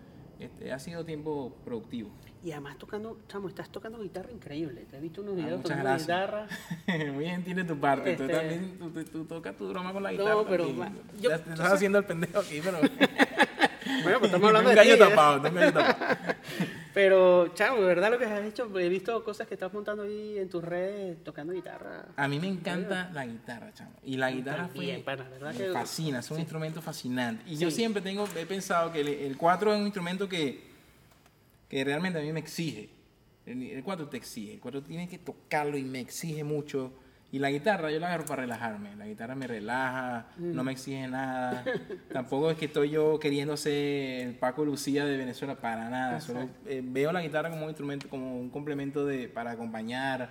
Speaker 2: Ha sido tiempo productivo.
Speaker 1: Y además tocando, chamo, estás tocando guitarra increíble. Te he visto unos videos
Speaker 2: Muchas
Speaker 1: tocando guitarra.
Speaker 2: gracias. Muy gentil de tu parte. Tú
Speaker 1: Este-
Speaker 2: también tú tocas tu broma con la guitarra.
Speaker 1: No, pero
Speaker 2: también.
Speaker 1: yo-
Speaker 2: Ya te estás haciendo el pendejo aquí, pero...
Speaker 1: Bueno, pues estamos hablando
Speaker 2: un
Speaker 1: de
Speaker 2: gallo
Speaker 1: ti, ¿eh?
Speaker 2: tapado, un gallo tapado.
Speaker 1: Pero, chamo, de verdad lo que has hecho, he visto cosas que estás montando ahí en tus redes tocando guitarra.
Speaker 2: A mí me encanta la guitarra, chamo. Y la guitarra
Speaker 1: También, pana, ¿verdad
Speaker 2: me
Speaker 1: que-
Speaker 2: fascina, es un instrumento fascinante. Y
Speaker 1: Sí.
Speaker 2: yo siempre he pensado que el 4 es un instrumento que realmente a mí me exige. El 4 te exige, el 4 tienes que tocarlo y me exige mucho. Y la guitarra yo la agarro para relajarme. La guitarra me relaja, no me exige nada. Tampoco es que estoy yo queriendo ser el Paco Lucía de Venezuela, para nada. Solo veo la guitarra como un instrumento, como un complemento para acompañar,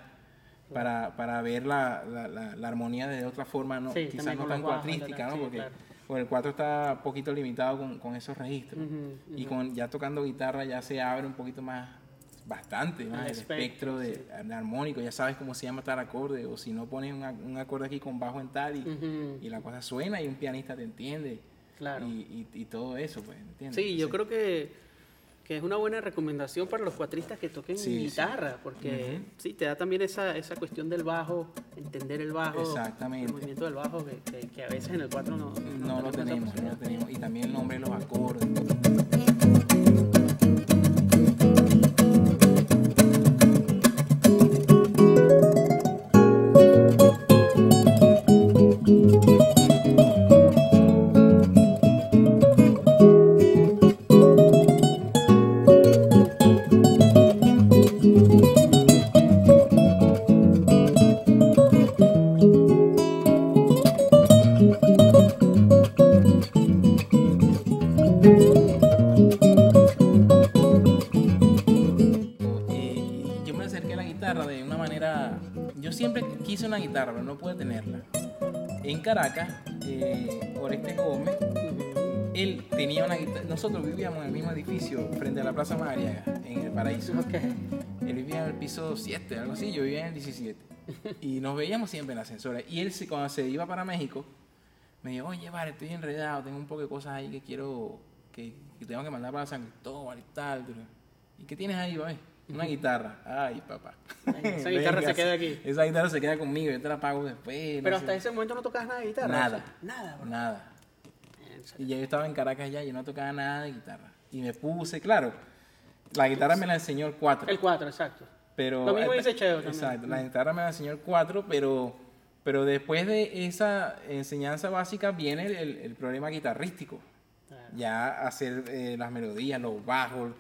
Speaker 2: para ver la armonía de otra forma, ¿no?
Speaker 1: Sí,
Speaker 2: Quizás
Speaker 1: también
Speaker 2: no
Speaker 1: con
Speaker 2: tan
Speaker 1: los bajos,
Speaker 2: cuatrística, ¿no?
Speaker 1: sí,
Speaker 2: Porque
Speaker 1: claro.
Speaker 2: el 4 está poquito limitado con esos registros.
Speaker 1: Ujú,
Speaker 2: Y ya tocando guitarra ya se abre un poquito más bastante, ¿no? El espectro de armónico, ya sabes cómo se llama tal acorde, o si no pones un acorde aquí con bajo en tal y la cosa suena y un pianista te entiende.
Speaker 1: Claro.
Speaker 2: Y todo eso, pues, ¿entiendes?
Speaker 1: Sí, yo creo que es una buena recomendación para los cuatristas que toquen guitarra, porque sí, te da también esa cuestión del bajo, entender el bajo,
Speaker 2: exactamente,
Speaker 1: el movimiento del bajo, que a veces en el 4
Speaker 2: no lo tenemos, y también el nombre de los acordes. Yo me acerqué a la guitarra de una manera... Yo siempre quise una guitarra, pero no pude tenerla. En Caracas, Oreste Gómez, él tenía una guitarra. Nosotros vivíamos en el mismo edificio frente a la Plaza Madariaga, en el Paraíso. Él vivía en el piso 7, algo así, yo vivía en el 17. Y nos veíamos siempre en el ascensor. Y él, cuando se iba para México, me dijo, oye, vale, estoy enredado, tengo un poco de cosas ahí que quiero, que tengo que mandar para San Cristóbal y tal. ¿Y qué tienes ahí, güey? Una guitarra. Ay, papá.
Speaker 1: Esa guitarra se queda aquí.
Speaker 2: Esa guitarra se queda conmigo, yo te la pago después.
Speaker 1: Pero hasta ese momento no tocabas nada de guitarra.
Speaker 2: Nada.
Speaker 1: O sea, nada.
Speaker 2: Nada. Y ya yo estaba en Caracas ya, yo no tocaba nada de guitarra. Y me puse, claro, la guitarra me la enseñó el 4.
Speaker 1: El 4, exacto.
Speaker 2: Pero,
Speaker 1: lo mismo dice Cheo también.
Speaker 2: Exacto, la guitarra me la enseñó el 4, pero después de esa enseñanza básica viene el problema guitarrístico. Claro. Ya hacer las melodías, los bajos,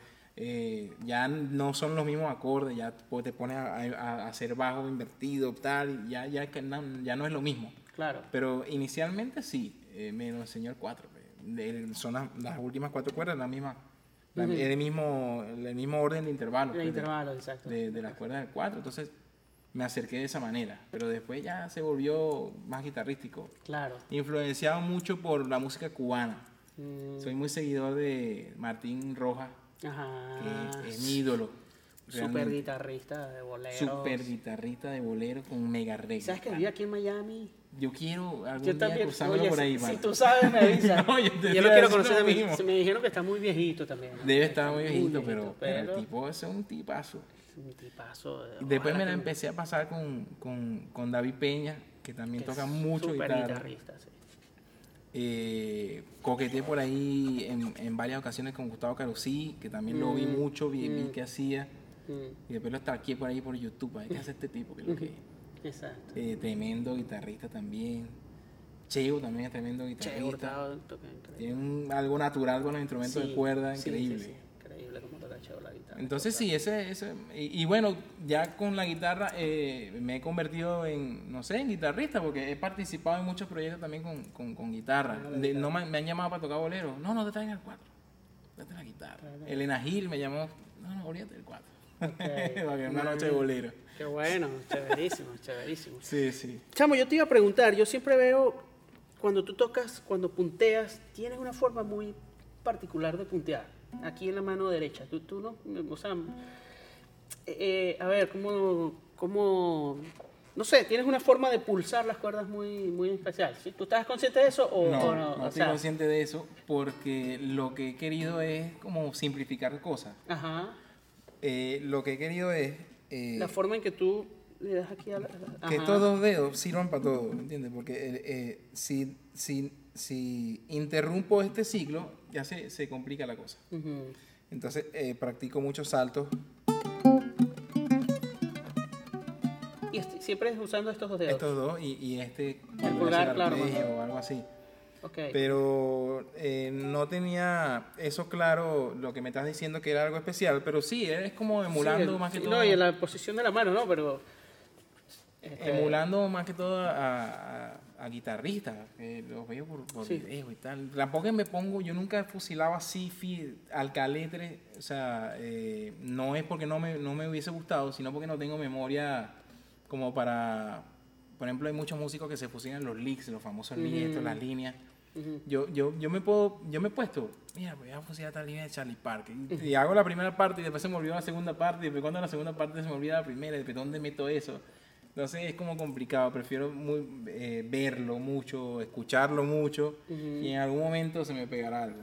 Speaker 2: ya no son los mismos acordes, ya te pones a hacer bajo invertido, tal, y ya no es lo mismo.
Speaker 1: Claro.
Speaker 2: Pero inicialmente sí, me lo enseñó el 4. Son las últimas 4 cuerdas, la misma... el mismo orden de intervalos.
Speaker 1: Exacto.
Speaker 2: De las cuerdas del 4. Entonces me acerqué de esa manera. Pero después ya se volvió más guitarrístico.
Speaker 1: Claro.
Speaker 2: Influenciado mucho por la música cubana. Soy muy seguidor de Martín Rojas, que es mi ídolo.
Speaker 1: Super guitarrista de bolero.
Speaker 2: Super guitarrista de bolero con mega reggae.
Speaker 1: ¿Sabes que vivía aquí en Miami?
Speaker 2: Yo quiero algún día cruzármelo por ahí,
Speaker 1: si tú sabes, me avisas.
Speaker 2: No, yo
Speaker 1: lo quiero conocer también. Me dijeron que está muy viejito también, ¿no?
Speaker 2: Debe estar muy viejito, pero el tipo es un tipazo.
Speaker 1: Un tipazo.
Speaker 2: Después me la empecé a pasar con David Peña, que también toca mucho guitarra. Guitarrista, sí. Coqueteé por ahí en varias ocasiones con Gustavo Carusí, que también lo vi mucho, vi que hacía. Y después lo stalkeé por ahí por YouTube. ¿Qué hace este tipo? ¿Qué es lo que es?
Speaker 1: Exacto.
Speaker 2: Tremendo guitarrista también. Cheo también es tremendo guitarrista. Tiene algo natural con los instrumentos de cuerda, increíble.
Speaker 1: Sí. Increíble cómo toca Cheo la guitarra.
Speaker 2: Entonces sí, y bueno, ya con la guitarra me he convertido en guitarrista, porque he participado en muchos proyectos también con guitarra. Me han llamado para tocar bolero. No te traigan el 4, date la guitarra. Elena Gil me llamó, no, olvídate del 4. Una noche de bolero.
Speaker 1: Qué bueno, chéverísimo.
Speaker 2: Sí.
Speaker 1: Chamo, yo te iba a preguntar, yo siempre veo, cuando tú tocas, cuando punteas, tienes una forma muy particular de puntear, aquí en la mano derecha. Tú no, o sea, a ver, ¿cómo, no sé, tienes una forma de pulsar las cuerdas muy especial, ¿sí? ¿Tú estás consciente de eso o no?
Speaker 2: No estoy consciente de eso, porque lo que he querido es como simplificar cosas.
Speaker 1: Ajá.
Speaker 2: Lo que he querido es...
Speaker 1: la forma en que tú le das aquí a la...
Speaker 2: Que estos 2 dedos sirvan para todo, ¿entiendes? Porque si interrumpo este ciclo, ya se complica la cosa. Entonces, practico muchos saltos.
Speaker 1: Y siempre usando estos 2 dedos.
Speaker 2: Estos 2 y el
Speaker 1: pulgar, claro.
Speaker 2: O algo así.
Speaker 1: Okay.
Speaker 2: Pero no tenía eso claro, lo que me estás diciendo que era algo especial, pero sí, es como emulando más que todo.
Speaker 1: No, y en la posición de la mano, ¿no? Pero
Speaker 2: emulando más que todo a guitarristas, que los veo por video y tal. Tampoco me pongo, yo nunca fusilaba así al caletre, o sea, no es porque no me hubiese gustado, sino porque no tengo memoria como para... Por ejemplo, hay muchos músicos que se fusilan los licks, los famosos licks, las líneas. Yo me he puesto, mira, voy a fusilar tal línea de Charlie Parker. Y hago la primera parte y después se me olvidó la segunda parte. Y después cuando la segunda parte se me olvida la primera. Y después, ¿dónde meto eso? Entonces es como complicado. Prefiero verlo mucho, escucharlo mucho. Y en algún momento se me pegará algo.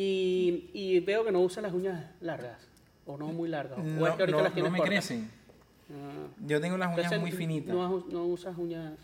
Speaker 1: Y veo que no usa las uñas largas. O no muy largas. O es que ahorita las tienes
Speaker 2: no me
Speaker 1: cortas.
Speaker 2: crecen. Yo tengo las uñas muy finitas.
Speaker 1: No usas uñas.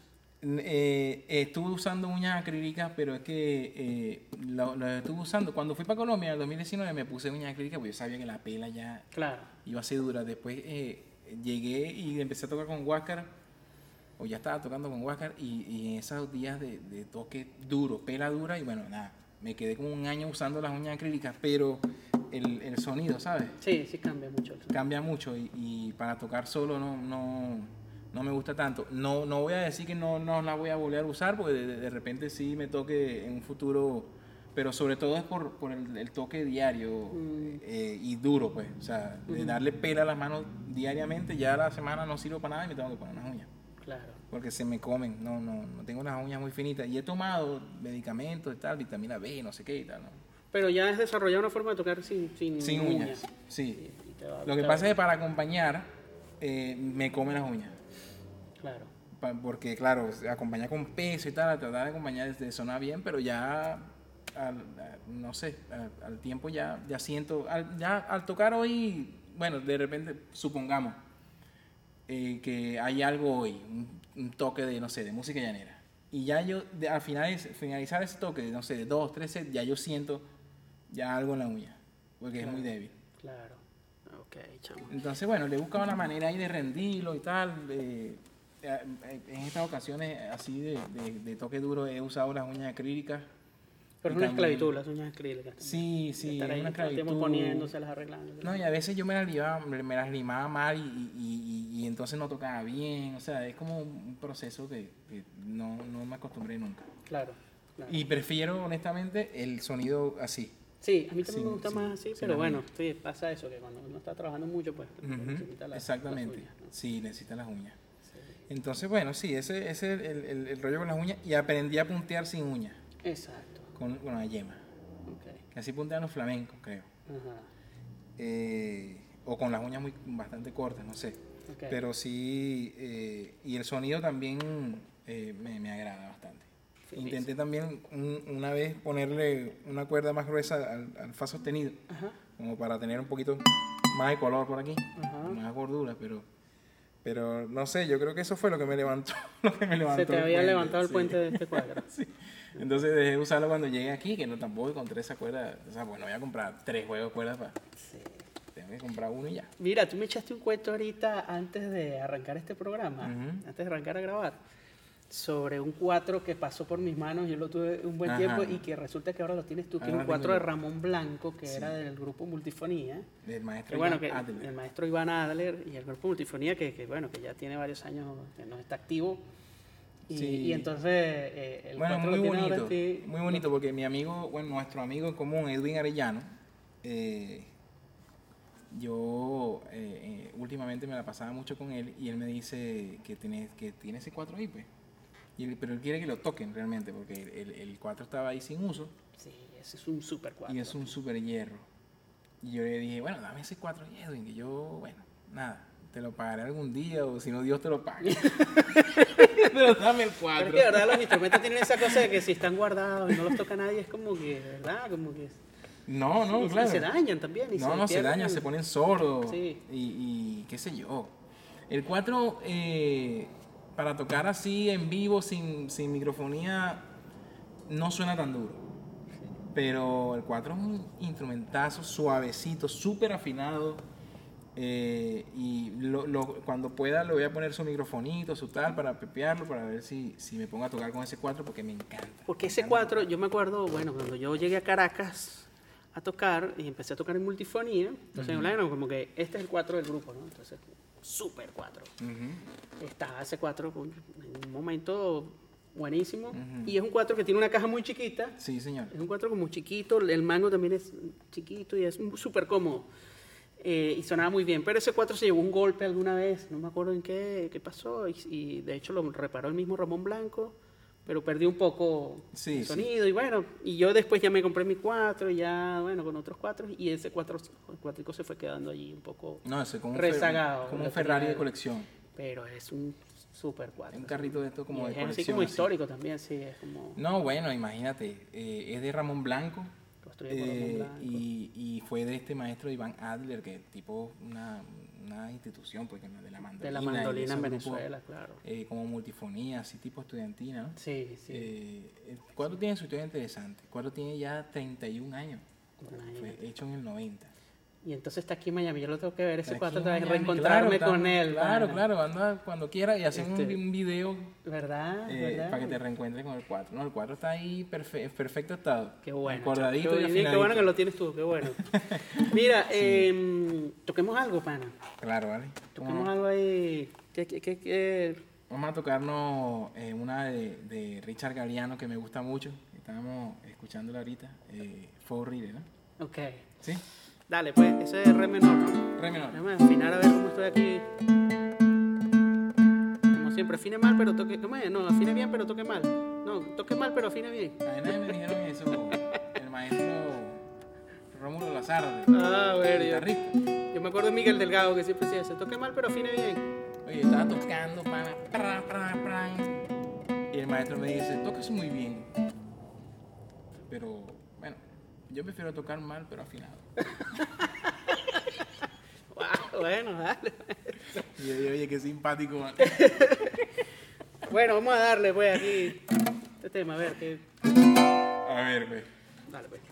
Speaker 2: Estuve usando uñas acrílicas, pero es que lo estuve usando. Cuando fui para Colombia en el 2019 me puse uñas acrílicas porque yo sabía que la pela ya iba a ser dura. Después llegué y empecé a tocar con Huáscar, o ya estaba tocando con Huáscar, y en esos días de toque duro, pela dura, y bueno, nada, me quedé como un año usando las uñas acrílicas, pero el sonido, ¿sabes?
Speaker 1: Sí, cambia mucho el sonido. Cambia mucho
Speaker 2: y para tocar solo no me gusta tanto. No voy a decir que no la voy a volver a usar, porque de repente sí me toque en un futuro, pero sobre todo es por el toque diario y duro, pues. O sea, de darle pela a las manos diariamente, ya a la semana no sirvo para nada y me tengo que poner unas uñas.
Speaker 1: Claro.
Speaker 2: Porque se me comen, no tengo las uñas muy finitas. Y he tomado medicamentos y tal, vitamina B, no sé qué y tal, ¿no?
Speaker 1: Pero ya has desarrollado una forma de tocar sin
Speaker 2: uñas. Sí. Lo que pasa es que para acompañar me comen las uñas.
Speaker 1: Claro.
Speaker 2: Porque, claro, acompañar con peso y tal, tratar de acompañar de sonar bien, pero ya, no sé, al tiempo ya siento, al tocar hoy, bueno, de repente, supongamos que hay algo hoy, un toque de, no sé, de música llanera. Y ya yo, al finalizar ese toque, de, no sé, de 2, 3 sets, ya yo siento ya algo en la uña, porque es muy débil.
Speaker 1: Claro. Ok, chamo.
Speaker 2: Entonces, bueno, le he buscado una manera ahí de rendirlo y tal. En estas ocasiones así de toque duro he usado las uñas acrílicas.
Speaker 1: Pero es una esclavitud, las uñas acrílicas.
Speaker 2: Sí, es una esclavitud.
Speaker 1: Poniéndoselas, arreglando.
Speaker 2: No, y a veces yo me las limaba mal y entonces no tocaba bien. O sea, es como un proceso que no me acostumbré nunca.
Speaker 1: Claro.
Speaker 2: Y prefiero, honestamente, el sonido así.
Speaker 1: Sí, a mí también me gusta más así, pero bueno, sí, pasa eso, que cuando uno está trabajando mucho, pues necesita
Speaker 2: exactamente.
Speaker 1: las uñas, ¿no?
Speaker 2: Sí, necesita las uñas. Sí. Entonces, bueno, sí, ese es el rollo con las uñas. Y aprendí a puntear sin uñas.
Speaker 1: Exacto.
Speaker 2: Con la yema.
Speaker 1: Okay.
Speaker 2: Que así puntean los flamencos, creo.
Speaker 1: Ajá.
Speaker 2: O con las uñas bastante cortas, no sé. Okay. Pero sí, y el sonido también me agrada bastante. Intenté también una vez ponerle una cuerda más gruesa al fa sostenido, como para tener un poquito más de color por aquí, más gordura, pero no sé, yo creo que eso fue lo que me levantó.
Speaker 1: Se te había levantado el puente de este cuadro.
Speaker 2: Sí. Entonces dejé de usarlo cuando llegué aquí, que no tampoco encontré esa cuerda. O sea, bueno, voy a comprar 3 juegos de cuerdas para... Sí. Tengo que comprar uno y ya.
Speaker 1: Mira, tú me echaste un cuento ahorita antes de arrancar este programa, antes de arrancar a grabar, sobre un 4 que pasó por mis manos. Yo lo tuve un buen tiempo y que resulta que ahora lo tienes tú, que es un 4 de Ramón Blanco, que era del grupo Multifonía.
Speaker 2: Del maestro
Speaker 1: Iván Adler. El maestro Iván Adler y el grupo Multifonía, que ya tiene varios años que no está activo. Y entonces el
Speaker 2: bueno, muy bonito porque mi amigo, nuestro amigo en común, Edwin Arellano, yo últimamente me la pasaba mucho con él y él me dice que tiene ese 4 ahí, pues. Pero él quiere que lo toquen realmente porque el 4 estaba ahí sin uso.
Speaker 1: Sí, ese es un super 4.
Speaker 2: Y es un super hierro. Y yo le dije, bueno, dame ese 4 Edwin, que yo, bueno, nada, te lo pagaré algún día o si no Dios te lo pague. Pero dame el 4.
Speaker 1: Porque de verdad los instrumentos tienen esa cosa de que si están guardados y no los toca nadie, es como que, ¿verdad? Como que...
Speaker 2: No, claro.
Speaker 1: Y se dañan también.
Speaker 2: Se dañan, se ponen sordos. Sí. Y qué sé yo. El 4, para tocar así en vivo, sin microfonía, no suena tan duro. Sí. Pero el 4 es un instrumentazo suavecito, súper afinado. Y cuando pueda le voy a poner su microfonito, su tal, para pepearlo, para ver si me pongo a tocar con ese 4 porque me encanta.
Speaker 1: Porque ese 4, yo me acuerdo, cuando yo llegué a Caracas a tocar y empecé a tocar en Multifonía, entonces como que este es el 4 del grupo, ¿no? Entonces, super 4. Está ese 4 en un momento buenísimo. Y es un 4 que tiene una caja muy chiquita.
Speaker 2: Sí, señor.
Speaker 1: Es un 4 como chiquito, el mango también es chiquito y es súper cómodo. Y sonaba muy bien, pero ese 4 se llevó un golpe alguna vez, no me acuerdo en qué pasó, y de hecho lo reparó el mismo Ramón Blanco, pero perdí un poco
Speaker 2: Sí,
Speaker 1: el
Speaker 2: sí.
Speaker 1: sonido y bueno, y yo después ya me compré mi 4 y ya, bueno, con otros 4 y ese 4 cuatrico se fue quedando allí un poco
Speaker 2: No, ese es como
Speaker 1: rezagado.
Speaker 2: como
Speaker 1: Lo
Speaker 2: un Ferrari
Speaker 1: tenía-
Speaker 2: de colección.
Speaker 1: Pero es un super 4.
Speaker 2: Un carrito de esto como de
Speaker 1: es
Speaker 2: colección.
Speaker 1: así como
Speaker 2: así.
Speaker 1: histórico también, sí, es como
Speaker 2: No, bueno, imagínate, es de Ramón Blanco.
Speaker 1: construido por Ramón Blanco.
Speaker 2: Y fue de este maestro Iván Adler, que tipo una institución pues, de la mandolina.
Speaker 1: De la
Speaker 2: y
Speaker 1: mandolina en
Speaker 2: esos
Speaker 1: Venezuela,
Speaker 2: grupos,
Speaker 1: claro.
Speaker 2: como multifonía, así tipo estudiantina, ¿no?
Speaker 1: Sí, sí.
Speaker 2: El cuadro tiene su historia interesante. El cuadro tiene ya 31 años.
Speaker 1: Imagínate.
Speaker 2: Fue hecho en el 90.
Speaker 1: Y entonces está aquí en Miami, yo lo tengo que ver ese
Speaker 2: Aquí
Speaker 1: 4
Speaker 2: en
Speaker 1: otra vez,
Speaker 2: Miami,
Speaker 1: reencontrarme
Speaker 2: claro,
Speaker 1: con él.
Speaker 2: Claro,
Speaker 1: pana.
Speaker 2: claro, anda cuando quiera y hacemos
Speaker 1: Este,
Speaker 2: un video
Speaker 1: ¿Verdad? ¿Verdad?
Speaker 2: para que te reencuentres con el 4. No, el 4 está ahí en perfecto estado.
Speaker 1: Qué bueno.
Speaker 2: Acordadito y
Speaker 1: Qué
Speaker 2: afinadito.
Speaker 1: bueno que lo tienes tú, qué bueno. Mira, toquemos algo, pana.
Speaker 2: Claro, vale.
Speaker 1: Toquemos algo ahí. ¿Qué?
Speaker 2: Vamos a tocarnos una de Richard Galliano que me gusta mucho. Estábamos escuchándola ahorita. Faux Rire, ¿no?
Speaker 1: Ok.
Speaker 2: ¿Sí?
Speaker 1: Dale, pues, ese es re menor, ¿no?
Speaker 2: Re menor.
Speaker 1: Déjame afinar a ver cómo estoy aquí. Como siempre, afine mal, pero toque... ¿Cómo es? No, afine bien, pero toque mal. No, toque mal, pero afine bien.
Speaker 2: A nadie me dijeron eso. El maestro Rómulo Lazar,
Speaker 1: Ah, bueno,
Speaker 2: guitarrista.
Speaker 1: yo me acuerdo de Miguel Delgado que siempre decía, se toque mal, pero afine bien.
Speaker 2: Oye, estaba tocando, pana. Y el maestro me dice, tocas muy bien. Pero, bueno, yo prefiero tocar mal, pero afinado.
Speaker 1: Bueno, dale.
Speaker 2: Y yo dije, oye, qué simpático. Man.
Speaker 1: Bueno, vamos a darle, pues, aquí este tema, a ver, que...
Speaker 2: A ver, pues.
Speaker 1: Dale, pues.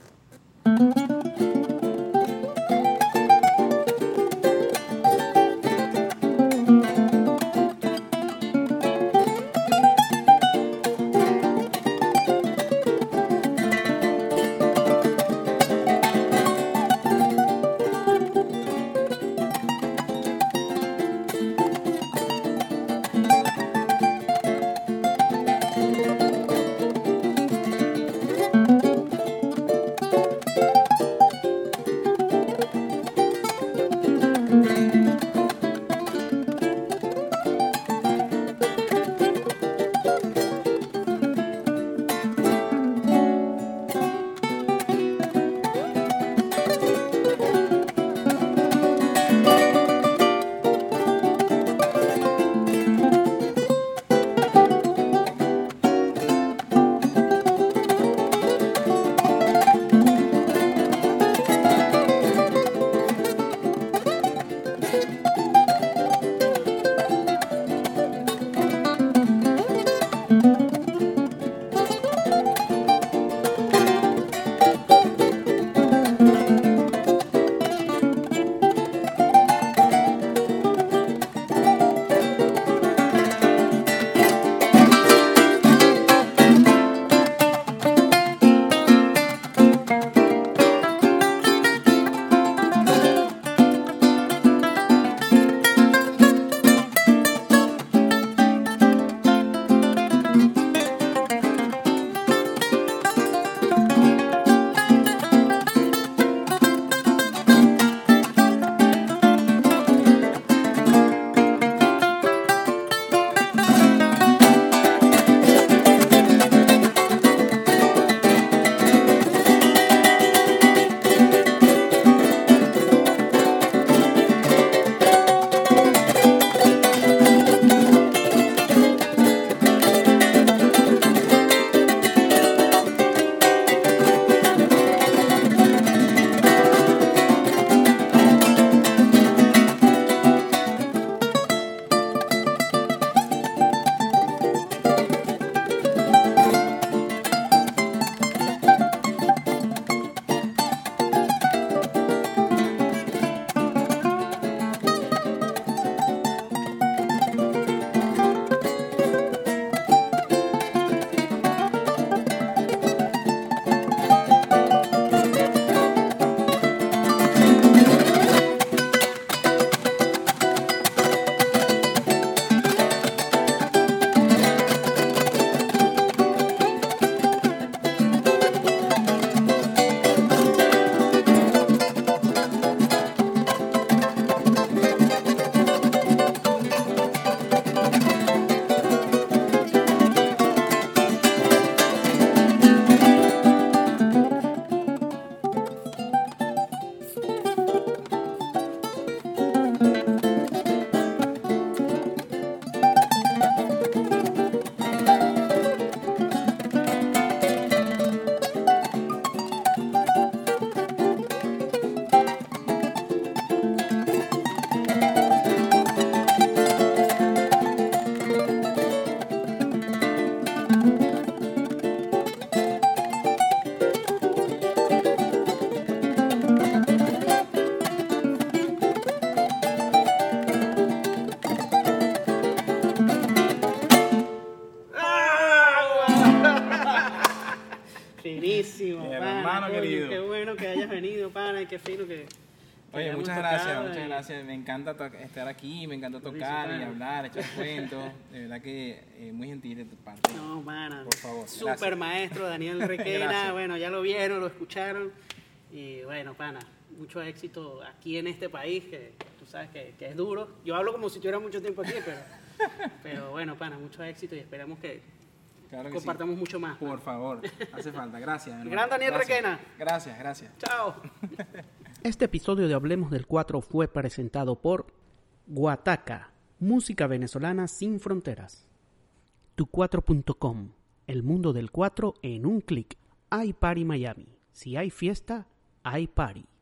Speaker 1: Buenísimo, pana,
Speaker 2: hermano
Speaker 1: coño,
Speaker 2: querido.
Speaker 1: qué bueno que hayas venido, pana, y qué fino que
Speaker 2: Oye,
Speaker 1: hayamos
Speaker 2: muchas
Speaker 1: tocado,
Speaker 2: gracias, muchas gracias. Me encanta estar aquí, me encanta tocar y
Speaker 1: pana.
Speaker 2: hablar, echar cuentos. De verdad que muy gentil de tu parte.
Speaker 1: No, pana,
Speaker 2: Por favor,
Speaker 1: super
Speaker 2: gracias.
Speaker 1: maestro Daniel Requena,
Speaker 2: Gracias.
Speaker 1: bueno, ya lo vieron, lo escucharon, y bueno, pana, mucho éxito aquí en este país, que tú sabes que es duro. Yo hablo como si tuviera mucho tiempo aquí, pero bueno, pana, mucho éxito y esperemos que
Speaker 2: Claro que
Speaker 1: compartamos
Speaker 2: sí.
Speaker 1: mucho más.
Speaker 2: Por favor, hace falta. Gracias. hermano.
Speaker 1: Gran Daniel
Speaker 2: Gracias.
Speaker 1: Requena.
Speaker 2: Gracias, gracias.
Speaker 1: Chao.
Speaker 3: Este episodio de Hablemos del 4 fue presentado por Guataca, música venezolana sin fronteras. Tu4.com, el mundo del 4 en un clic. iParty Miami. Si hay fiesta, hay party.